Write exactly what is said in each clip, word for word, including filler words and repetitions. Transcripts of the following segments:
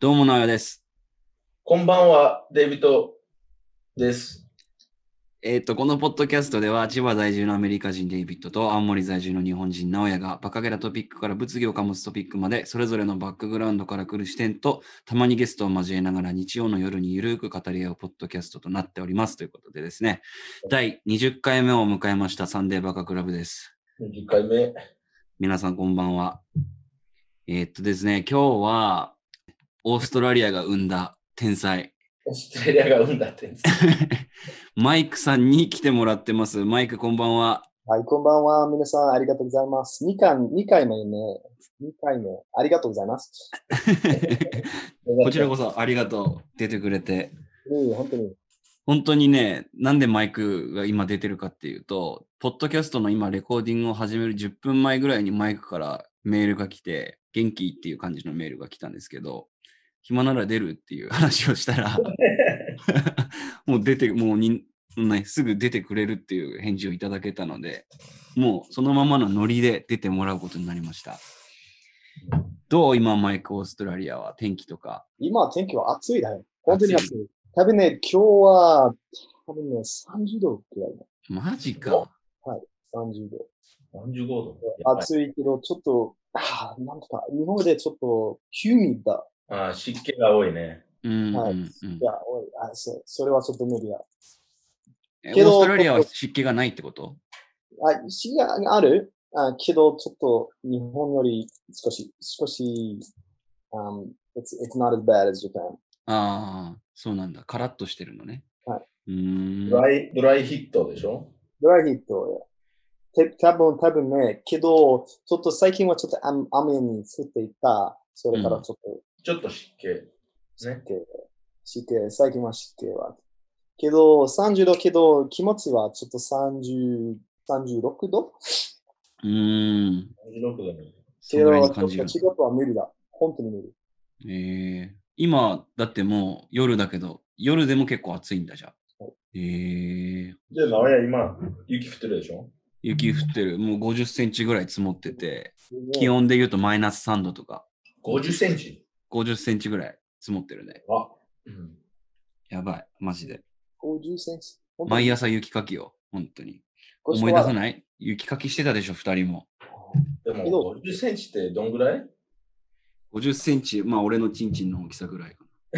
どうもなおやです。 こんばんは、デイビッドです。 えっと、このポッドキャストでは、千葉在住のアメリカ人デイビッドと青森在住の日本人直哉が、バカげなトピックから物議を醸すトピックまで、それぞれのバックグラウンドから来る視点と、たまにゲストを交えながら日曜の夜にゆるく語り合うポッドキャストとなっております。ということでですね、だいにじゅっかいめを迎えましたサンデーバカクラブです。 じゅっかいめ。 皆さんこんばんは。えっとですね、今日は、オーストラリアが生んだ天才、 オーストラリアが生んだってんです。 マイクさんに来てもらってます。マイクこんばんは。 はい、こんばんは。皆さん、ありがとうございます。にかい、にかいめね。にかいめ。ありがとうございます。 こちらこそありがとう。出てくれて。 うん、本当に。 本当にね、なんでマイクが今出てるかっていうと、ポッドキャストの今レコーディングを始めるじゅっぷんまえぐらいにマイクからメールが来て、元気っていう感じのメールが来たんですけど、暇なら出るっていう話をしたら、もう出て、もうに、ね、すぐ出てくれるっていう返事をいただけたので、もうそのままのノリで出てもらうことになりました。どう今マイクオーストラリアは天気とか。 今、天気は暑いだよ。本当に暑い。多分ね、今日は、多分ね、さんじゅうどくらいの。 マジか。 はい、さんじゅうど。 さんじゅうごど。 暑いけど、ちょっと、あなんとか、日本でちょっと、ヒューミッだ。 ああ、湿気が多いね。 うんはい。 うんうん、 いや、おいあそ、それはちょっと無理だ。 けど、オーストラリアは湿気がないってこと？ あ、湿気があるあけど、ちょっと日本より少し、少し、um, it's, it's not as bad as Japan. ああ、そうなんだ。カラッとしてるのね。 はい。 うーん。 ドライ、ドライヒットでしょ？ ドライヒット。て多分、多分ね、けど、ちょっと最近はちょっと雨に降っていた。それからちょっと、うん、 ちょっと湿気。ね。 湿気。湿気。最近は湿気は。けど、さんじゅうどけど、気持ちはちょっとさんじゅう、さんじゅうろくどうーん。 さんじゅうろくどに。 そのぐらいに感じる。 仕事は無理だ。本当に無理。 えー、今、だってもう夜だけど、夜でも結構暑いんだじゃん。はい、えー。 じゃあ、直哉今、雪降ってるでしょ？ 雪降ってる。もうごじゅっセンチぐらい積もってて、気温で言うとマイナスさんどとか。 ごじゅっセンチ ? ごじゅっセンチぐらい積もってるね。 あ、うん。 やばい、マジで。 ごじゅっセンチ。 毎朝雪かきよ、本当に。思い出さない？雪かきしてたでしょ、二人も。 でも、ごじゅっセンチってどんぐらい？ ごじゅっセンチ、まあ俺のチンチンの大きさぐらいかな。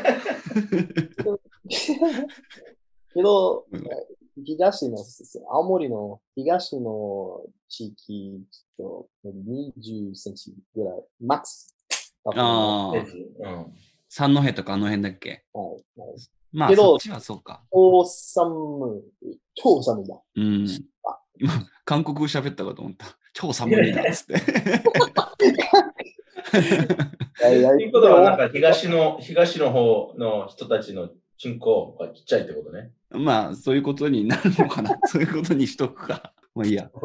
けど、東の、青森の東の地域とにじゅっセンチぐらい、マックス。 ああ、うん。三戸とかあの辺だっけ？はい。まあ、そっちはそうか。 超寒い。超寒いだ。 うん。今、韓国語喋ったかと思った。超寒いだっつって。 ということは、なんか東の、東の方の人たちのチンコがちっちゃいってことね。 まあ、そういうことになるのかな。そういうことにしとくか。まあいいや。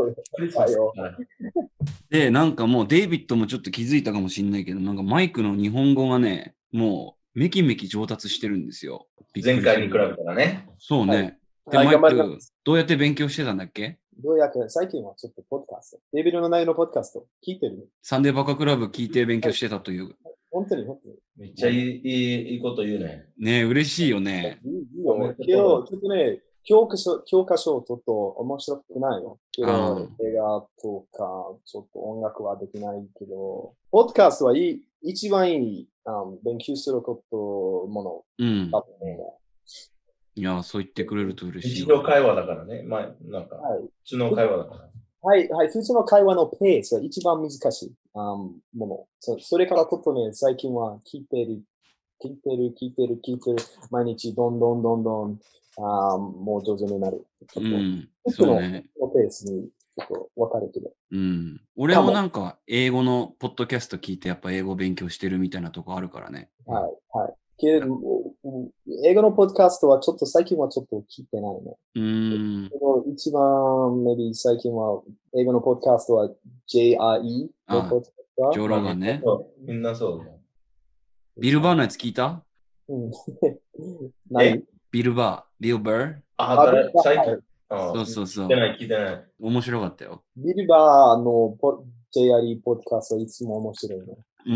で、なんかもうデイビッドもちょっと気づいたかもしれないけど、なんかマイクの日本語がね、もうめきめき上達してるんですよ。 前回に比べたらね。 そうね。はい、で、マイク、どうやって勉強してたんだっけ？ どうやって、最近はちょっとポッドキャスト。デイビッドの内容のポッドキャスト聞いてる？ サンデーバカクラブ聞いて勉強してたという。はい、 本当に本当に。 めっちゃいい、いい、いいこと言うね。 ねえ、嬉しいよね。 いいよね。けど、ちょっとね、教科書、教科書ちょっと面白くないよ。けど、映画とか、ちょっと音楽はできないけど、ポッドキャストはいい、一番いい、um, 勉強すること、ものだと思う、ね。 うんいや、そう言ってくれると嬉しい。 日常会話だからね。まあ、なんか、はい、普通の会話だから。 はい、はい、普通の会話のペースが一番難しい、um, ものそ。それからことね、最近は聞いてる、聞いてる、聞いてる、聞いてる、毎日どんどんどんどん、あもう上手になる。 うん、 そうね。のペースにちょっと分かれてる。 うん。俺もなんか、英語のポッドキャスト聞いて、やっぱ英語勉強してるみたいなとこあるからね。 はい、はい。けど、英語のポッドキャストはちょっと最近はちょっと聞いてないね。 うん。 一番、maybe 最近は英語のポッドキャストは ジェイアールイー のポッドキャスト。 ジョーロガンね。 みんなそうだね。 ビルバーのやつ聞いた？ うん。 何？ビルバー、ビルバー。 あ、最近。 そうそうそう。 聞いてない、聞いてない。 面白かったよ。 ビルバーの ジェイアールイー ポッドキャストはいつも面白いね。 うん。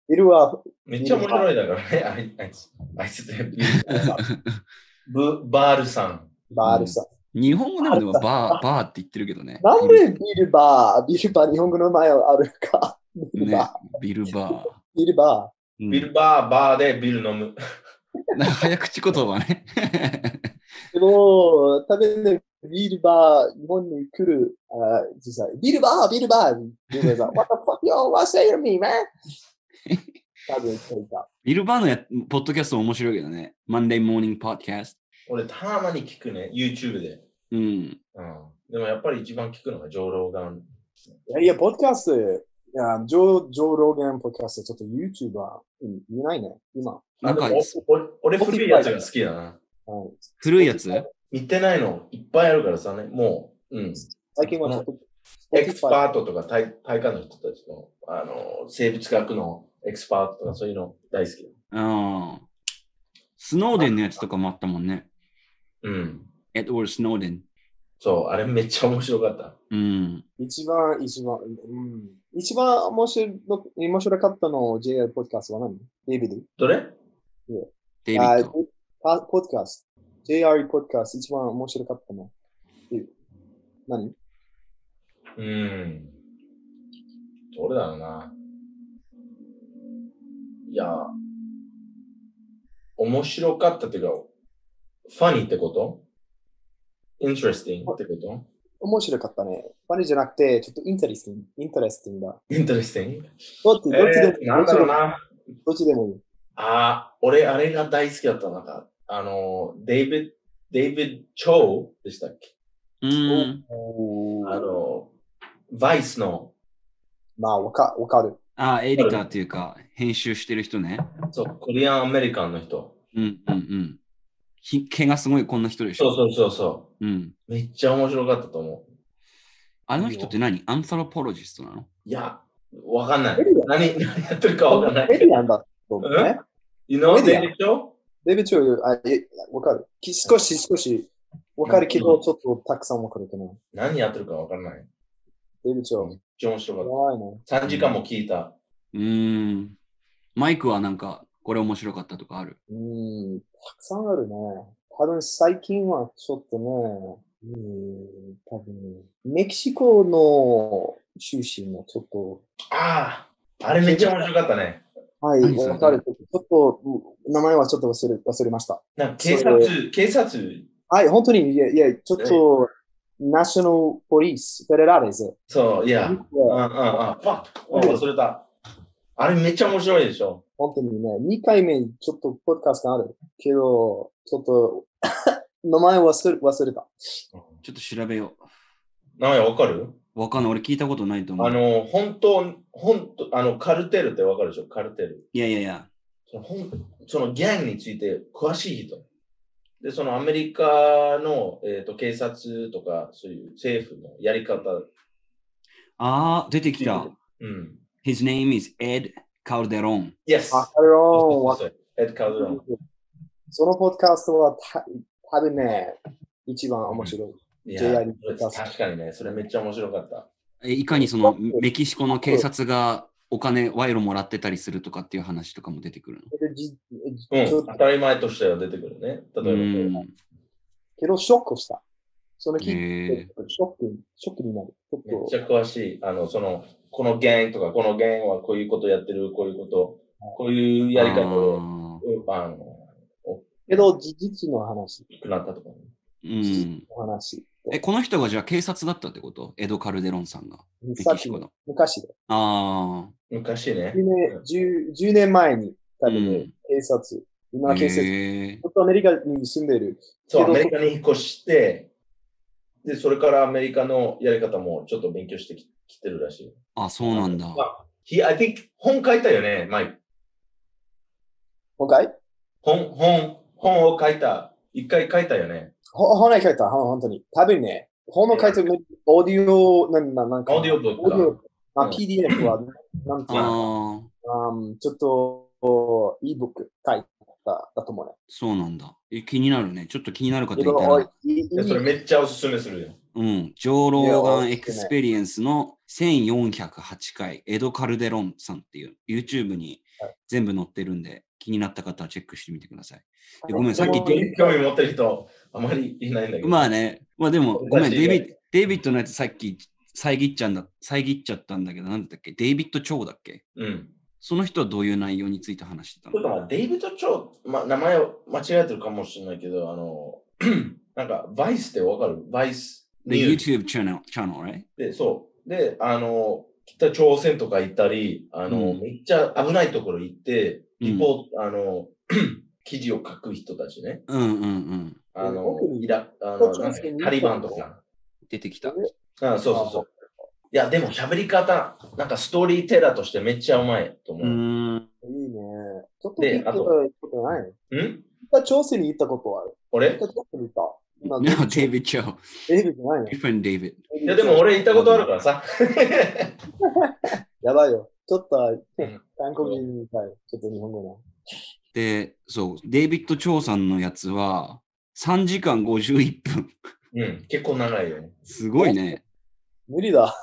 ビルは、 めっちゃ面白いだからね、あいあいつ。あいつで。ブバールさん。 バールさん。 うん、日本語でもでもバー、バーって言ってるけどね。 なんでビルバー、ビルバー、日本語の前はあるか。ビルバー。 ね、ビルバー。 ビルバー。 ビルバー、バーでビル飲む。 早口言葉ね。 でも、多分ね、ビルバー、日本に来る、あ実際、ビルバー、ビルバー、ビルバー、What the fuck, yo, what's saying me, man? 多分聞いた。 ビルバーのやポッドキャストも面白いけどね。Monday Morning Podcast。 俺、たまに聞くね、YouTube で。 うん。うん、 でもやっぱり一番聞くのが上ローガン。 いやいや、ポッドキャスト、いや、ジョー・ジョー・ローガンポッドキャスト、ちょっと YouTube は見ないね、今。 なんか、 俺、俺古いやつが好きだな。 はい、 古いやつ見てないのいっぱいあるからさね、もう、うん。 最近はちょっと。 エクスパートとか体体感の人たちの、あの、生物学のエクスパートとかそういうの大好き。 ああ。スノーデンのやつとかもあったもんね。 うん。 エドワード・スノーデン。 そう、あれめっちゃ面白かった。 うん。 一番、一番、うん。一番面白い面白かったの ジェイアール ポッドキャストは何？デイビッド？ どれ？ デイビッド。 ポッドキャスト。ジェイアール ポッドキャスト一番面白かったの。何？ うん。どれだろうな。いや、面白かったっていうか、ファニーってこと？インテレスティングってこと？ 面白かったね。ファニーじゃなくて、ちょっとインテレスティング。インテレスティングだ。 インテレスティング？ どっち、どっちでも、 えー、なんだろうな。 どっちでもいい。 ああ、俺、あれが大好きだった。なんか、あの、デイビッド、デイビッド・チョウでしたっけ？ うん。 あの、バイスの。 まあ、わかわかる。 ああ、エリカっていうか、編集してる人ね。 そう、コリアンアメリカンの人。 うんうんうん。ひ毛がすごいこんな人でしょ。 そうそうそうそう。 うん。 めっちゃ面白かったと思う。 あの人って何？アンソロポロジストなの？ いや、わかんない。何、何やってるかわかんない。 メディアンだと思うね。 You know デイビッド？ デイビッド・チョウ、あ、え、わかる。少し少しわかるけど、ちょっとたくさんわかるかな。 何やってるかわかんない。 デイビッド・チョウ。 めっちゃ面白かった。 怖いね。 さんじかんも聞いた。 うーん。マイクはなんか、これ面白かったとかある？ うん、たくさんあるね。多分最近はちょっとね、うん、多分メキシコの出身のちょっと。 ああ、あれめっちゃ面白かったね。 はい、わかる。ちょっと、名前はちょっと忘れ忘れました。 なんか警察、警察。 はい、本当に、いや、いやちょっと、ナショナルポリス、フェデラレズ。 そう、いや、うんうんうん、ファッ忘れた。あれめっちゃ面白いでしょ。 本当にね、にかいめちょっとポッドキャストあるけど、ちょっと、名前忘れ忘れた。 ちょっと調べよう。 名前わかる？ わかんない。俺聞いたことないと思う。 あの、本当、本当、あの、カルテルってわかるでしょ？カルテル。 いやいやいや。 その、そのギャングについて詳しい人。で、そのアメリカの、えーと、警察とか、そういう政府のやり方。 ああ、出てきた。 うん。 His name is Ed Calderon. Yes. あ、カルロン。 エッド・カルデロン。 そのポッドキャストはた多分ね、一番面白い。 いや、確かにね、それめっちゃ面白かった。 えいかにそのメキシコの警察がお金、賄賂もらってたりするとかっていう話とかも出てくるの？うん、当たり前としては出てくるね。例えば。 けど、ショックした。その聞いて、ショック、ショックになる。 めっちゃ詳しい。あの、その、このギャンとか、このギャンはこういうことやってる、こういうこと、こういうやり方を、あの、 けど、事実の話。 なったとかね。 うん。 話。 え、この人がじゃあ警察だったってこと？エド・カルデロンさんが。メキシコの。 昔で。 ああ。 昔ね。 じゅう, じゅうねんまえに、多分ね、うん、警察。今は警察。ちょっとアメリカに住んでる。 そう、アメリカに引っ越して、で、それからアメリカのやり方もちょっと勉強してきてるらしい。 あ、そうなんだ。 He, I think 本書いたよね、マイク。 本書い本、本、本を書いた。一回書いたよね。 本来書いた、本当に。多分ね、本の書いたオーディオ、なんななんか。 オーディオブックか。 あ、ピーディーエフ は、なんていうのちょっと、e ブック書いただと思うね。 そうなんだ。え、気になるね。ちょっと気になる方いたら。 それめっちゃおすすめするよ。 うん。ジョー・ローガン・エクスペリエンスのせんよんひゃくはちかい、エド・カルデロンさんっていう YouTube に全部載ってるんで、気になった方はチェックしてみてください。ではいごめん、さっき興味興味持ってる人、あまりいないんだけど。 まあね、まあでも、ごめん、 私ねデイビッド、デイビッドのやつさっき遮っちゃうんだ、遮っちゃったんだけど、なんだっけ、デイビッド・チョウだっけ。 うん。 その人はどういう内容について話してたの？ ちょっとまあ、デイビッド・チョウ、まあ、名前を間違えてるかもしれないけど、あの、なんか、バイスってわかる？バイス。 で、 ニュース YouTube チャンネル、チャンネル、right? で、そう。で、あの、北朝鮮とか行ったり、あの、 うんめっちゃ危ないところ行って、 うんリポート、あの、記事を書く人たちね。 うんうんうん。 あの特、にイラ、あの、 北朝鮮になんだっけタリバンとか。 出てきた。 あそうそうそう。いや、でも喋り方、なんかストーリーテラーとしてめっちゃうまいと思うう。 ーん。 いいね。ちょっとで聞いたこあととない。 ん北朝鮮に行ったことある。 俺北朝鮮に行った。な No, David Cho. デイビッドじゃないの Different David. いや、でも俺行ったことあるからさ。 やばいよ。ちょっと、 うん韓国人みたい。ちょっと日本語な。 で、そう、デイビッド・チョウさんのやつはさんじかんごじゅういっぷん。 うん、結構長いよ。 すごいね。 無理だ。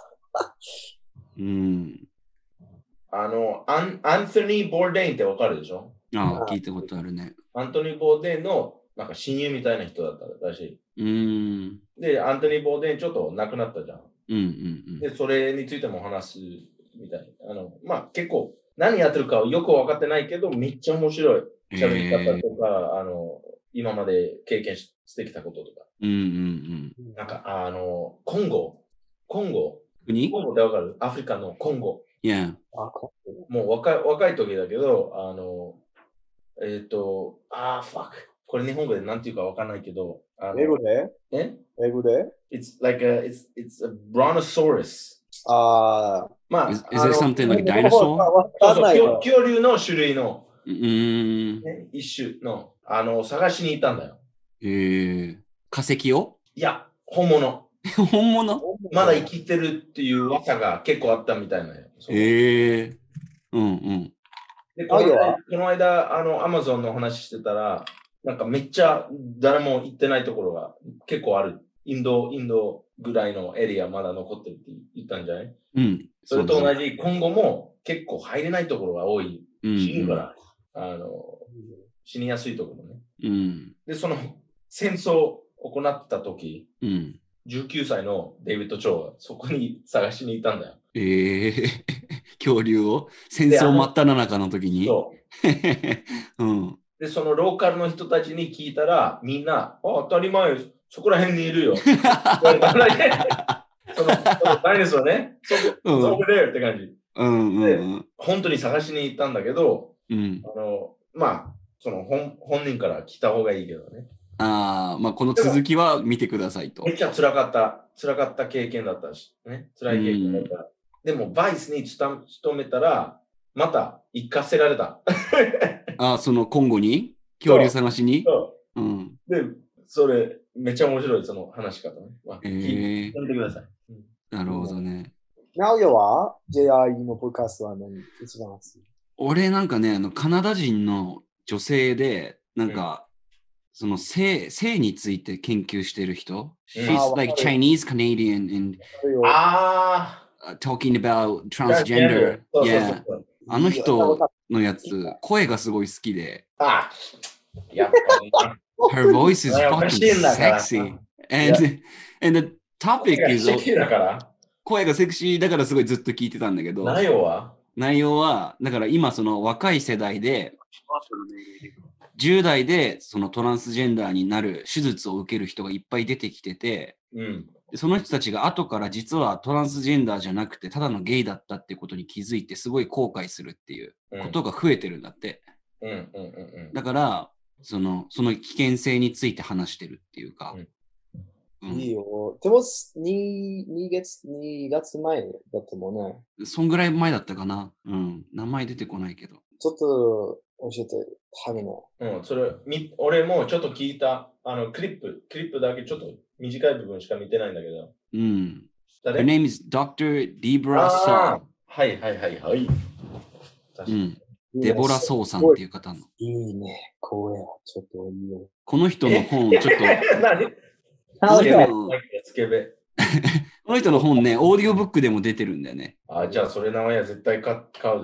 うん。 あの、アンアンソニー・ボーデインってわかるでしょ？ ああ、聞いたことあるね。 アントニー・ボーデインのなんか親友みたいな人だったらしい。 うーん。 で、アントニー・ボーデインちょっと亡くなったじゃん。 うんうんうん。 で、それについても話すみたい。あの、まあ、結構何やってるかはよく分かってないけど、めっちゃ面白い。喋り方とか、あの、今まで経験ししてきたこととか。 うんうんうん。 なんか、あの、コンゴ。コンゴ。 国コンゴってわかる？アフリカのコンゴ。 いや。 あ、こもう若い、若い時だけど、あの、えっ、と、あー、ファック。これ日本語でなんていうかわかんないけど、あの英語でえ英語で It's like a, it's, it's a brontosaurus. ああ。 まあ、 Is, あ is there の something like わ dinosaur? わそうそう、 かんないよ。 恐恐竜の種類の、 うーん。 ね、一種の、あの、探しに行ったんだよ。 えー、化石をいや、本物。 本物まだ生きてるっていう噂が結構あったみたいなよ。そうえー。うんうん。 で、この間あるわ、 この間、あの、アマゾンの話してたら、なんかめっちゃ誰も行ってないところが結構ある。インド、インドぐらいのエリアまだ残ってるって言ったんじゃない？ うん。 それと同そうだねじ、今後も結構入れないところが多い。 うん死ぬから、あの、死にやすいところね。 うん。 で、その戦争を行った時、 うん。 じゅうきゅうさいのデイビッド・チョウはそこに探しに行ったんだよ。 えー、恐竜を戦争真っ只中の時にそう。 うん。 で、そのローカルの人たちに聞いたら、みんな、あ、当たり前、そこら辺にいるよ。その、そのダイナソーね、そこ、 うんそこでって感じ。 うんうんうん。 本当に探しに行ったんだけど、 うん。 あの、まあ、その本本人から来た方がいいけどね。 ああ、まあこの続きは見てくださいとめ。っちゃ辛かった、辛かった経験だったし、ね。辛い経験だった。でも、バイスに勤めたら、また行かせられた。 ああ、その今後に恐竜探しにそううん。 で、それ、めっちゃ面白い、その話し方ね。まあ、 え聞いーてみてください。うんなるほどね。 ナオヤは ジェイアイ のポッドキャストは何一番好き？ 俺なんかね、あのカナダ人の女性で、なんか、その性、性について研究してる人。 うん She's あー like わかる Chinese Canadian and あ uh, talking about ー transgender. そうそうそう Yeah. そう。 あの人のやつ、声がすごい好きで。 あやっぱ Her voice is おか fucking しいんだから sexy. And, and the り。 topic is 好きだから。 声がセクシーだからすごいずっと聞いてたんだけど、 内容は内容は、だから今その若い世代で、じゅう代でそのトランスジェンダーになる手術を受ける人がいっぱい出てきてて、 うん。 でその人たちが後から実はトランスジェンダーじゃなくてただのゲイだったっていうことに気づいてすごい後悔するっていうことが増えてるんだって。 うんうんうんうん。 だからその、その危険性について話してるっていうか。うんいいよ。でも、に、に月、にがつまえだと思うね。 そんぐらい前だったかな。うん。名前出てこないけど。 ちょっと教えて、ハミの。 うん、それ、み、俺もちょっと聞いた、あの、クリップ、クリップだけちょっと短い部分しか見てないんだけど。 うん。Her 誰 name is ドクター Debra あ Soh。 ーはいはいはいはい。確かにうん。デボラ・ソーさんっていう方の。 いいね。声はちょっといいよ。 この人の本、ちょっと、 何あスケベうんスケベ。 この人の本ね、オーディオブックでも出てるんだよね。 あ、じゃあそれ名前は絶対買買うでしょ。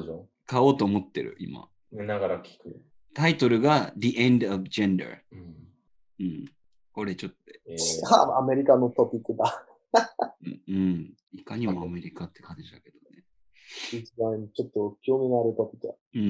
買おうと思ってる、今。 見ながら聞く。 タイトルが The End of Gender。 うんうん。これちょっと、 えアメリカのトピックだ。 うん、うん。いかにもアメリカって感じだけどね。 一番ちょっと興味のあるトピックだ。 うん。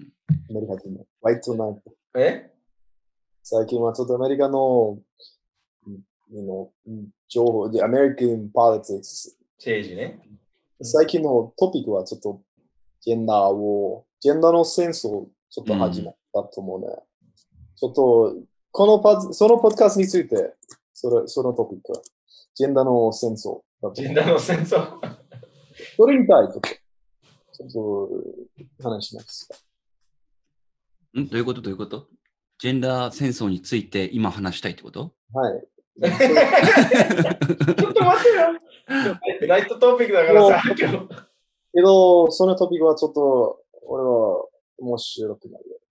アメリカ人の。ワイトナイト。 ー、え最近はちょっとアメリカの、you know、情報で、アメリカンポリティクス。 政治ね。 最近のトピックはちょっと、ジェンダーを、ジェンダーの戦争、ちょっと始まったと思うね。うん、ちょっと、このパそのポッドキャストについて、それそのトピック、ジェンダーの戦争だと。 ジェンダーの戦争それみたいと、ちょっと話します。 んどういうことどういうことジェンダー戦争について今話したいってことはい。 ちょっと待ってよ。ライトトピックだからさ、今日。 けど、そのトピックはちょっと、俺は面白くないよ。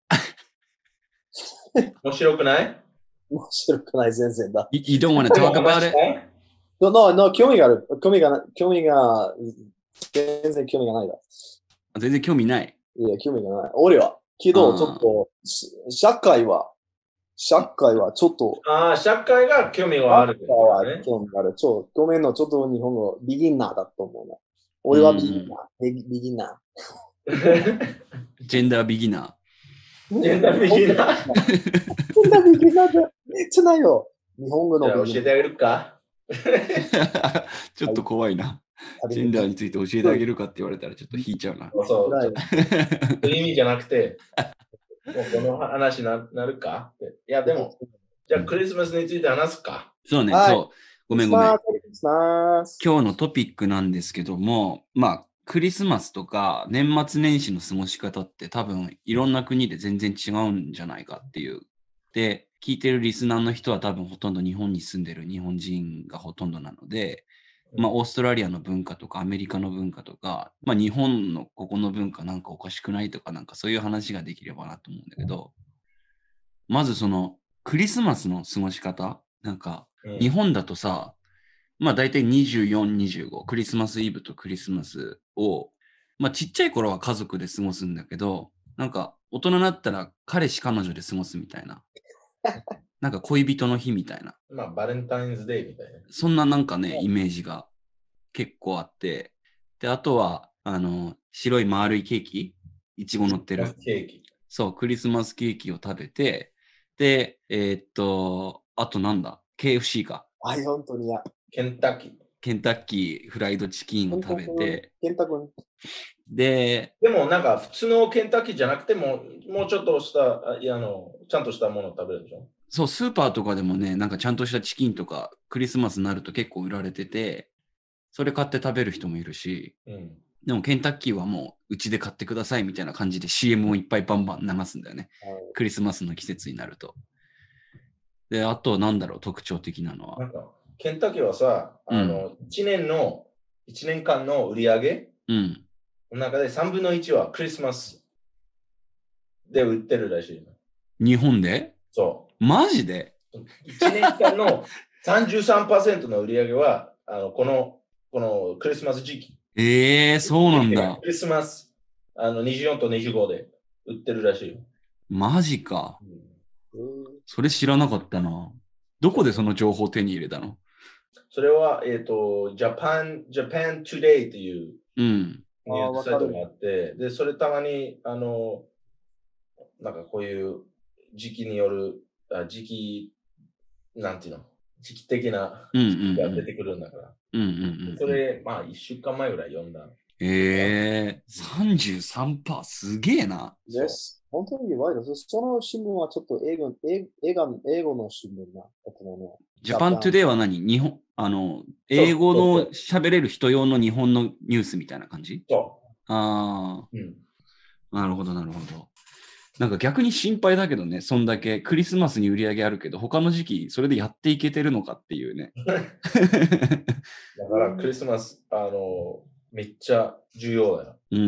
面白くない面白くない、全然だ。 You, you don't want to talk about it? No, no, no, 興味がある。興味が、興味が、全然興味がないだ。 全然興味ない。 いや、興味がない。俺は。けど、ちょっと、社会は、社会はちょっと。 ああ、社会が興味がある、ね。 社会は興味がある。ちょ、ごめんの、ちょっと日本語、ビギナーだと思うな。俺はビギナー。ビビギナー。ジェンダービギナー。ジェンダービギナー。 ジェンダービギナーだ。めっちゃないよ。日本語のビギナー。教えてあげるかちょっと怖いな。ジェンダーについて教えてあげるかって言われたらちょっと引いちゃうな。 そうそう。そういう意味じゃなくて、もうこの話にななるかって。いや、でも、じゃあクリスマスについて話すか。 そうね、はい、そう。ごめんごめん。今日のトピックなんですけども、まあ、クリスマスとか年末年始の過ごし方って多分いろんな国で全然違うんじゃないかっていう。で、聞いてるリスナーの人は多分ほとんど日本に住んでる日本人がほとんどなので、まあ、オーストラリアの文化とかアメリカの文化とか、まあ、日本のここの文化なんかおかしくないとか、なんかそういう話ができればなと思うんだけど、まずそのクリスマスの過ごし方、なんか日本だとさ、まあ大体にじゅうよん、にじゅうご、クリスマスイブとクリスマスを、まあちっちゃい頃は家族で過ごすんだけど、なんか大人になったら彼氏彼女で過ごすみたいな。なんか恋人の日みたいな。 まあ、バレンタインズデーみたいな。 そんななんかね、イメージが結構あって。で、あとは、あの、白い丸いケーキ、いちご乗ってる。 ケーキ。 そう、クリスマスケーキを食べて、で、えー、っと、あとなんだ、ケーエフシー か。 あ、本当にや。 ケンタッキー。 ケンタッキーフライドチキンを食べて。 ケンタッキー。 で、 でもなんか普通のケンタッキーじゃなくても、もうちょっとした、いやあの、ちゃんとしたものを食べるでしょ。 そう、スーパーとかでもね、なんかちゃんとしたチキンとか、クリスマスになると結構売られてて、それ買って食べる人もいるし、 うん、 でもケンタッキーはもううちで買ってくださいみたいな感じで シーエム をいっぱいバンバン流すんだよね。はい、クリスマスの季節になると。で、あとなんだろう、特徴的なのは。 なんかケンタッキーはさ、あの、うん、いちねんの、いちねんかんの売り上げの中でさんぶんのいちはクリスマスで売ってるらしいの。 日本で？ そう。 マジで ? いちねんかんの さんじゅうさんパーセント の売り上げは、あのこの、このクリスマス時期。 ええー、そうなんだ。 クリスマスあのにじゅうよんとにじゅうごで売ってるらしいよ。 マジか。うん、それ知らなかったな。どこでその情報を手に入れたの？ それは、えっ、ー、と、Japan, Japan Today っていうニュースサイトがあって、で、それたまに、あの、なんかこういう時期による、あ時期、なんていうの、時期的な時期が出てくるんだから。それ、まあ、いっしゅうかんまえぐらい読んだ。 ええー、さんじゅうさんパーセント すげえな。 です。本当にやばいです。その新聞はちょっと英語、英語英語の新聞な。 ジャパントゥデイは何？日本、あの、英語の喋れる人用の日本のニュースみたいな感じ？ そう。 ああ、うん。なるほど、なるほど。なんか逆に心配だけどね、そんだけクリスマスに売り上げあるけど、他の時期それでやっていけてるのかっていうね。 だからクリスマス、あの、めっちゃ重要だよ。 うん。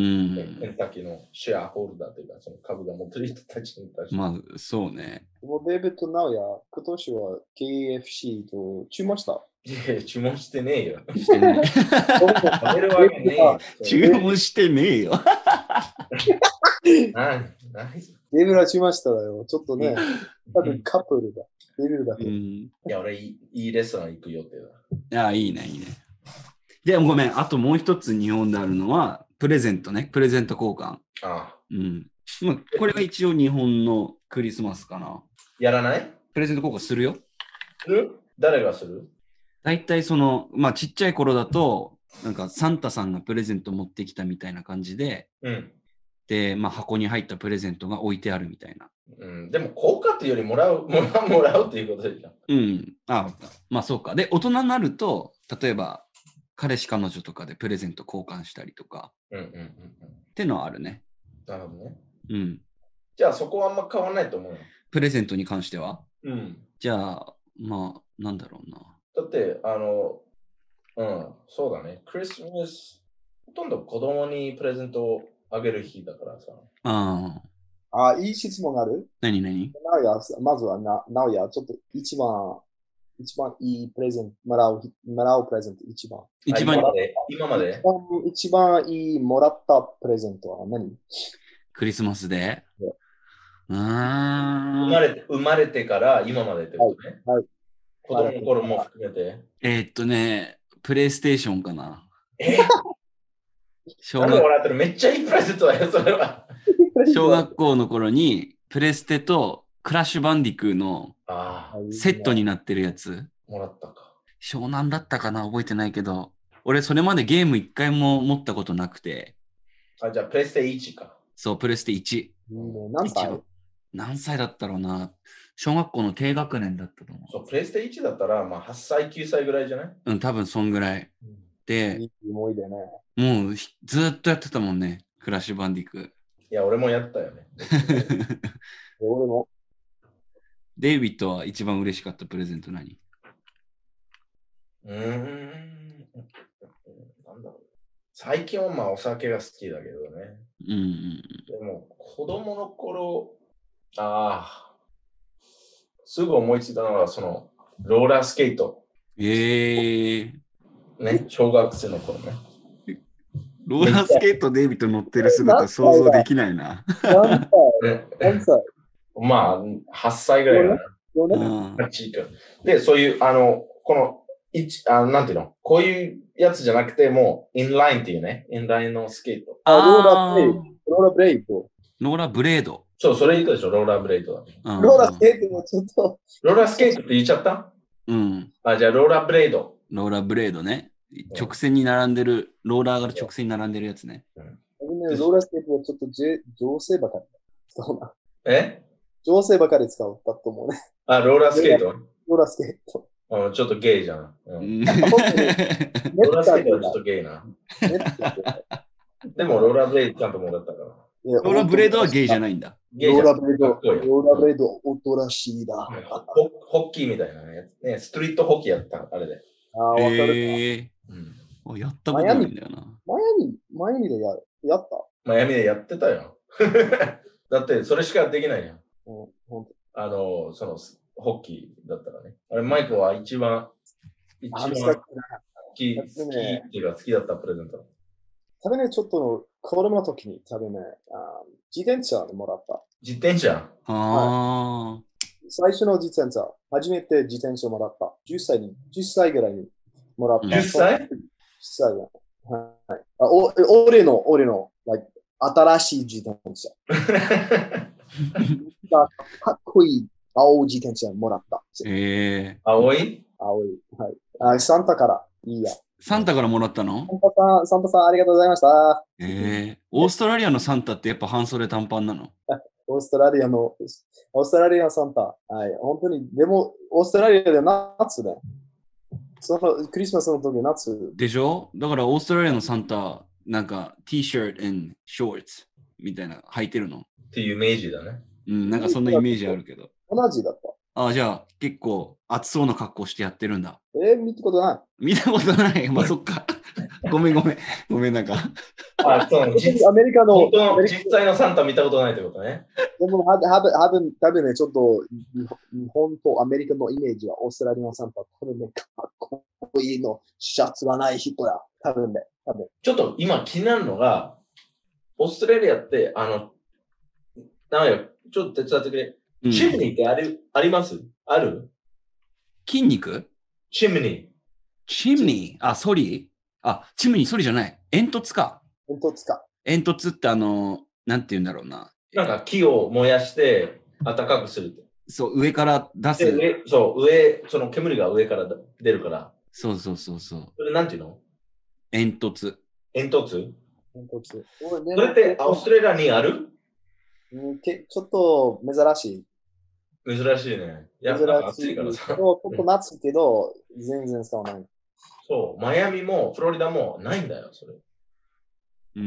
ケンタッキーのシェアホルダーというか、その株が持ってる人たちに対して。 まあ、そうね。 もうデイビッド・ナウヤ、今年は ケーエフシー と注文した。 いや、注文してねえよ。 してねえ。注文してねえよ。 デビルはしましたよ。ちょっとね、多分カップルだ。デビルだけ。 うん、いや、俺いい、いいレストラン行く予定だ。いや、いいね、いいね。でもごめん、あともう一つ日本であるのは、プレゼントね。プレゼント交換。ああ。うん。これが一応日本のクリスマスかな。 やらない？ プレゼント交換するよ。 する？誰がする？ 大体その、まあちっちゃい頃だと、なんかサンタさんがプレゼント持ってきたみたいな感じで、うん、で、まあ箱に入ったプレゼントが置いてあるみたいな。 うん、でも効果っていうよりもらう、もらう、もらうっていうことでしょ。 うん。あ、まあそうか。で、大人になると、例えば、彼氏彼女とかでプレゼント交換したりとか、うんうんうんうん、ってのはあるね。 なるほどね。 うん。 じゃあそこはあんま変わらないと思うよ。 プレゼントに関しては？ うん。 じゃあ、まあ、なんだろうな。 だって、あの、うん、そうだね。クリスマス、ほとんど子供にプレゼントをあげる日だからさ。 ああ。あ、いい質問がある？ 何何？ なおや、まずはな、なおや、ちょっと一番、一番いいプレゼント、もらう、もらうプレゼント、一番。 一番今まで今まで一番いいもらったプレゼントは何？ クリスマスで、 うん、生まれて生まれてから今までってことね。はい。はい、子供の頃も含めて。 えー、っとね、プレイステーションかな。 え小学もらってるめっちゃいいプレゼントだよ、それは。 小学校の頃にプレステとクラッシュバンディクーのセットになってるやつ。 もらったか。 湘南だったかな、覚えてないけど。俺それまでゲーム一回も持ったことなくて。 あ、じゃあプレステいちか。 そう、プレステいち。 何歳？ 何歳だったろうな。小学校の低学年だったと思う。 そう、プレステいちだったら、まあはっさい、きゅうさいぐらいじゃない？ うん、多分そんぐらい。うん、で、 いい思い出ね。 もうずっとやってたもんね、クラッシュバンディクー。 いや、俺もやったよね。 俺も。 デイビッドは一番嬉しかったプレゼント何？ うーん。なんだろう。最近はまあお酒が好きだけどね。 うんうん、 でも子供の頃、ああ、すぐ思いついたのはそのローラースケート。 ええー。ね、小学生の頃ね。 ローラースケートデイビッド乗ってる姿想像できないな。 何歳？何歳？ まあ、はっさいぐらいかな。はちか。で、そういう、あの、この、一あなんていうの、こういうやつじゃなくて、もう、インラインっていうね、インラインのスケート。 あ、ローラーブレード。ローラーブレード。 ローラーブレード。 そう、それ言ったでしょ、ローラーブレードだ、ね。 ローラースケートもちょっと。 ローラースケートって言っちゃった？ うん。 あ、じゃあ、ローラーブレード。 ローラーブレードね。直線に並んでる、ローラーが直線に並んでるやつね。 うん、ローラースケートはちょっと女性ばかり使うな。 え？ 女性ばかり使うだと思うね。 あ、ローラースケート？ ローラースケート。 うん、ちょっとゲイじゃん。うん、ローラースケートはちょっとゲイな。でも、ローラーブレードちゃんともらったから。 ローラーブレードはゲイじゃないんだ。 ローラーブレード、ローラーブレード、おとらしいだ。 ホ, ホッキーみたいなやつ。ね、ストリートホッキーやった、あれで。 ああ、わかる。 えー、うん、やったことないんだよな。 マイアミ、マイアミでややったマイアミでやってたよ。だって、それしかできないじゃん。 うん、ほんとあの、その、ホッキーだったらね。あれ、マイクは一番、一番好き、好きっていうか好きだったプレゼント。 多分ね、ちょっと子供の時に多分ね、あ自転車をもらった。 自転車？ ああ、 はい。最初の自転車、初めて自転車をもらった。じゅっさいに、じゅっさいぐらいにもらった。 じゅっさい？ じゅっさいぐらい。はい。あお俺の、俺の、like、新しい自転車。かっこいい青自転車をもらった。 えー、 青い？ 青い。はい。あ、サンタから。いいや。 サンタからもらったの？ サンタさん、サンタさんありがとうございました。 えー、オーストラリアのサンタってやっぱ半袖短パンなの？ オーストラリアの、オーストラリアのサンタ。はい、本当に、でも、オーストラリアで夏ね。そのクリスマスの時夏。 でしょ？だからオーストラリアのサンタ、なんか T シャツ and shorts みたいな履いてるの？ っていうイメージだね。 うん、なんかそんなイメージあるけど。 同じだった。 ああ、じゃあ結構暑そうな格好してやってるんだ。 えー、見たことない。 見たことない。まあそっか。ごめんごめん。ごめんなんか。 あ、そう、実アメリカの本当の実際のサンタ見たことないってことね。 でも、はぶ、はぶ、多分ね、ちょっと日本とアメリカのイメージはオーストラリアのサンタ、多分ね、かっこいいのシャツがない人だ。多分ね、多分。 ちょっと今気になるのが、 オーストラリアって、あの、なんや、ちょっと手伝ってくれ。うん、チムニーってある、ありますある筋肉チムニー。 チムニーあ、ソリあ、チムニー、ソリじゃない。煙突か。 煙突か。 煙突ってあの、なんて言うんだろうな。 なんか木を燃やして暖かくする。 そう、上から出す。 上そう、上、その煙が上から出るから。 そうそうそうそう。 それなんていうの煙突。 煙突煙突。 それってオーストラリアにあるちょっと珍しい。 珍しいね。やっぱ暑いからさ。 ちょっと夏けど、全然使わない。 そう、マイアミもフロリダもないんだよ、それ。 うん。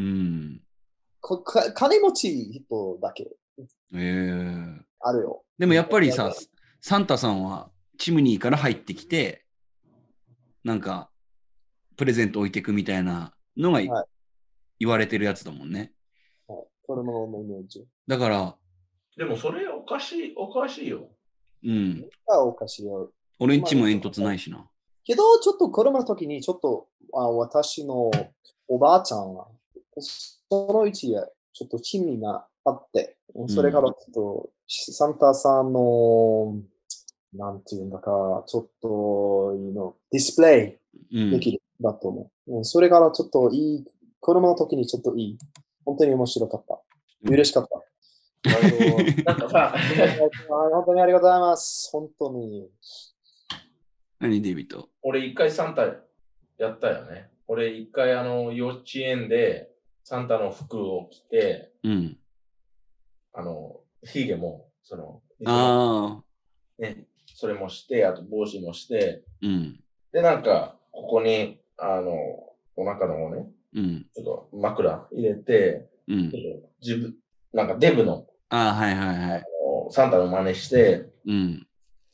か金持ち人だけ。 えー、 あるよ。 でもやっぱりさ、サンタさんはチムニーから入ってきて、なんか、プレゼント置いていくみたいなのが、はい、言われてるやつだもんね。 はい。それものイメージ。 だから、 でもそれおかしい、おかしいよ。 うん。 おかしいよ。 俺んちも煙突ないしな。 けど、ちょっと子供の時に、ちょっとあ私のおばあちゃんは、そのうちでちょっとチムニーがあって、それからちょっと、うん、サンタさんの、なんていうんだか、ちょっと、you know、ディスプレイできるだと思う、うん。それからちょっといい、子供の時にちょっといい。本当に面白かった。嬉しかった。なんかさ、本当にありがとうございます。本当に。 何、デビット？ 俺一回サンタやったよね。俺一回あの幼稚園でサンタの服を着て、 うん、 あの、ヒゲも、その、 あね、それもして、あと帽子もして、 うん、 で、なんか、ここに、あの、お腹の方ね、 うん、 ちょっと枕入れて、 うん、 自分、なんかデブの、 あはいはいはい。 サンタの真似して、 うん、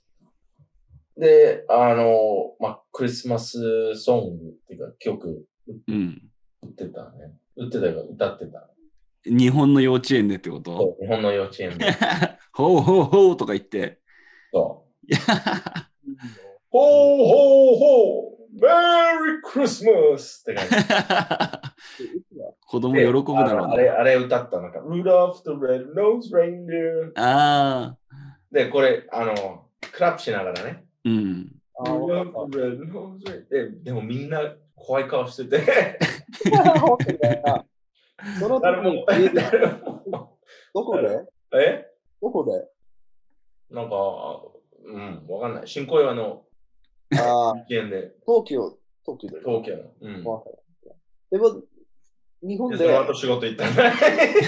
で、あの、まあ、クリスマスソングっていうか曲、 うん、 売ってたね。売ってたよ、歌ってた。 日本の幼稚園でってこと？ そう、日本の幼稚園で。 ほうほうほうとか言って。 そう。ほうほうほうメリークリスマスって感じ。 子供喜ぶだろうな。 あれ、あれ歌った、なんか、Rudolph the Red-Nosed Reindeer。 ああ。 で、これ、あの、クラップしながらね。 うん。 Rudolph the Red-Nosed Reindeer。で、でもみんな怖い顔してて。 その時に、どこでえどこでなんか、うん、わかんない。新小岩のあ県で。 東京、東京で。 東京の。うん。 でも、日本で。 その後仕事行ったんだ。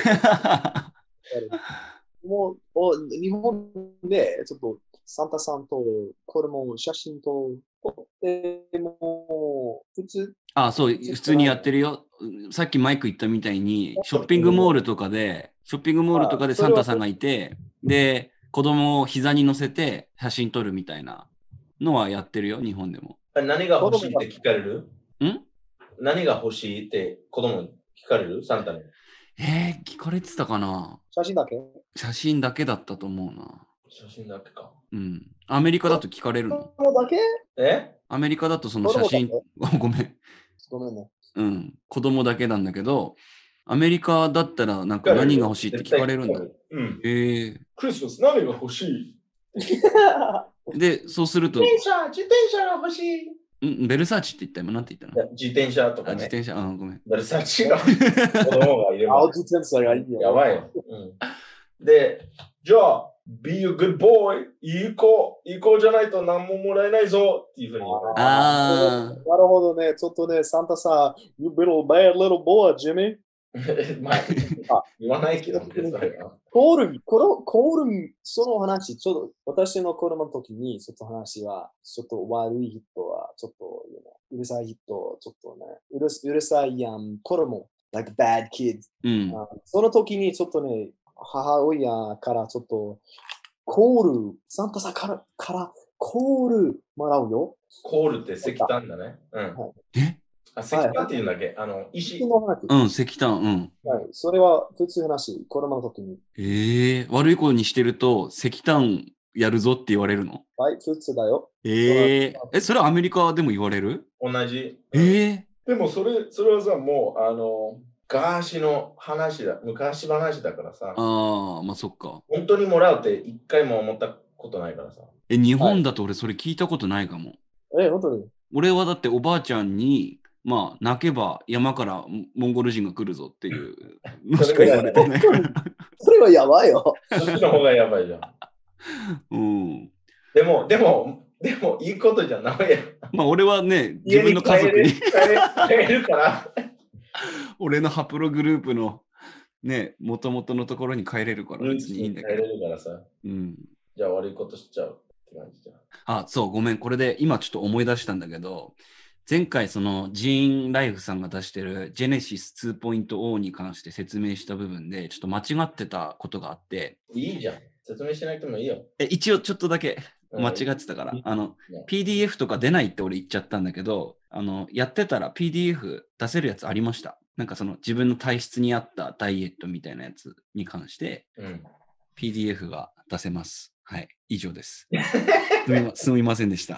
もうお、日本で、ちょっと、サンタさんと、これも写真と、撮っても、普通あ、そう、普通にやってるよ。さっきマイク言ったみたいに、ショッピングモールとかで、ショッピングモールとかでサンタさんがいて、で、子供を膝に乗せて写真撮るみたいなのはやってるよ、日本でも。 何が欲しいって聞かれる？ ん？ 何が欲しいって子供に聞かれる？サンタに。 えー、聞かれてたかな？ 写真だけ？ 写真だけだったと思うな。 写真だけか。 うん。アメリカだと聞かれるの？ 子供だけ？ え？ アメリカだとその写真、ごめん。 ごめんね。 うん。子供だけなんだけど、アメリカだったらなんか何が欲しいって聞かれるんだ。 うん。 えー、 クリスマス何が欲しい？ で、そうすると。 自転車、自転車が欲しい。 んベルサーチって言った今なんて言ったの？ 自転車とかね。 自転車、あ、ごめん。 ベルサーチが子供がいれば。 あ、自転車がいいよ。 やばいよ。うん、で、じゃあ、be a good boy、いい子、いい子じゃないと何ももらえないぞっていうふうに言われて。 ああ、なるほどね。ちょっとね、サンタさん、You little bad little boy, Jimmy。 まあ、言わないけど、ね、それは。 コール、この、コール、その話、ちょっと、私の子供の時に、その話は、ちょっと悪い人は、ちょっと、うるさい人、ちょっとね、うるうるさいやん、子供、like bad kids、 うん。 その時に、ちょっとね、母親からちょっと、コール、サンタさんから、からコールもらうよ。 コールって石炭だね。うん。はい、えあ、石炭って言うんだっけ、はい、あの、石。 うん、石炭、うん。 はい。それは普通の話、子供の時に。 ええー、悪い子にしてると、石炭やるぞって言われるの？ はい、普通だよ。 ええー、え、それはアメリカでも言われる？ 同じ。 ええー、 でもそれ、それはさ、もう、あの、 昔の話だ、昔話だからさ。 ああ、まあそっか。 本当にもらうって一回も思ったことないからさ。 え、日本だと俺それ聞いたことないかも。 はい、え、本当に俺はだっておばあちゃんに、まあ、泣けば山からモンゴル人が来るぞっていうのしか言われてない。 それはやばいよ。 そっちの方がやばいじゃん。 うん。 でも、でも、でも、いいことじゃないや。 まあ、俺はね、自分の家族に。 帰れるから。 俺のハプログループのね、もともとのところに帰れるから別にいいんだけど。 帰れるからさ。 うん。 じゃあ悪いことしちゃうって感じじゃん。 あ、そう、ごめん。これで今ちょっと思い出したんだけど、前回そのジーン・ライフさんが出してる ジェネシス ツーポイントオー に関して説明した部分でちょっと間違ってたことがあって。 いいじゃん。説明しなくてもいいよ。 え、一応ちょっとだけ間違ってたから、うん、あの、ピーディーエフ とか出ないって俺言っちゃったんだけど、あの、やってたら ピーディーエフ 出せるやつありました。なんかその自分の体質に合ったダイエットみたいなやつに関して、うん、ピーディーエフ が出せます。はい、以上です。すみま、すみませんでした。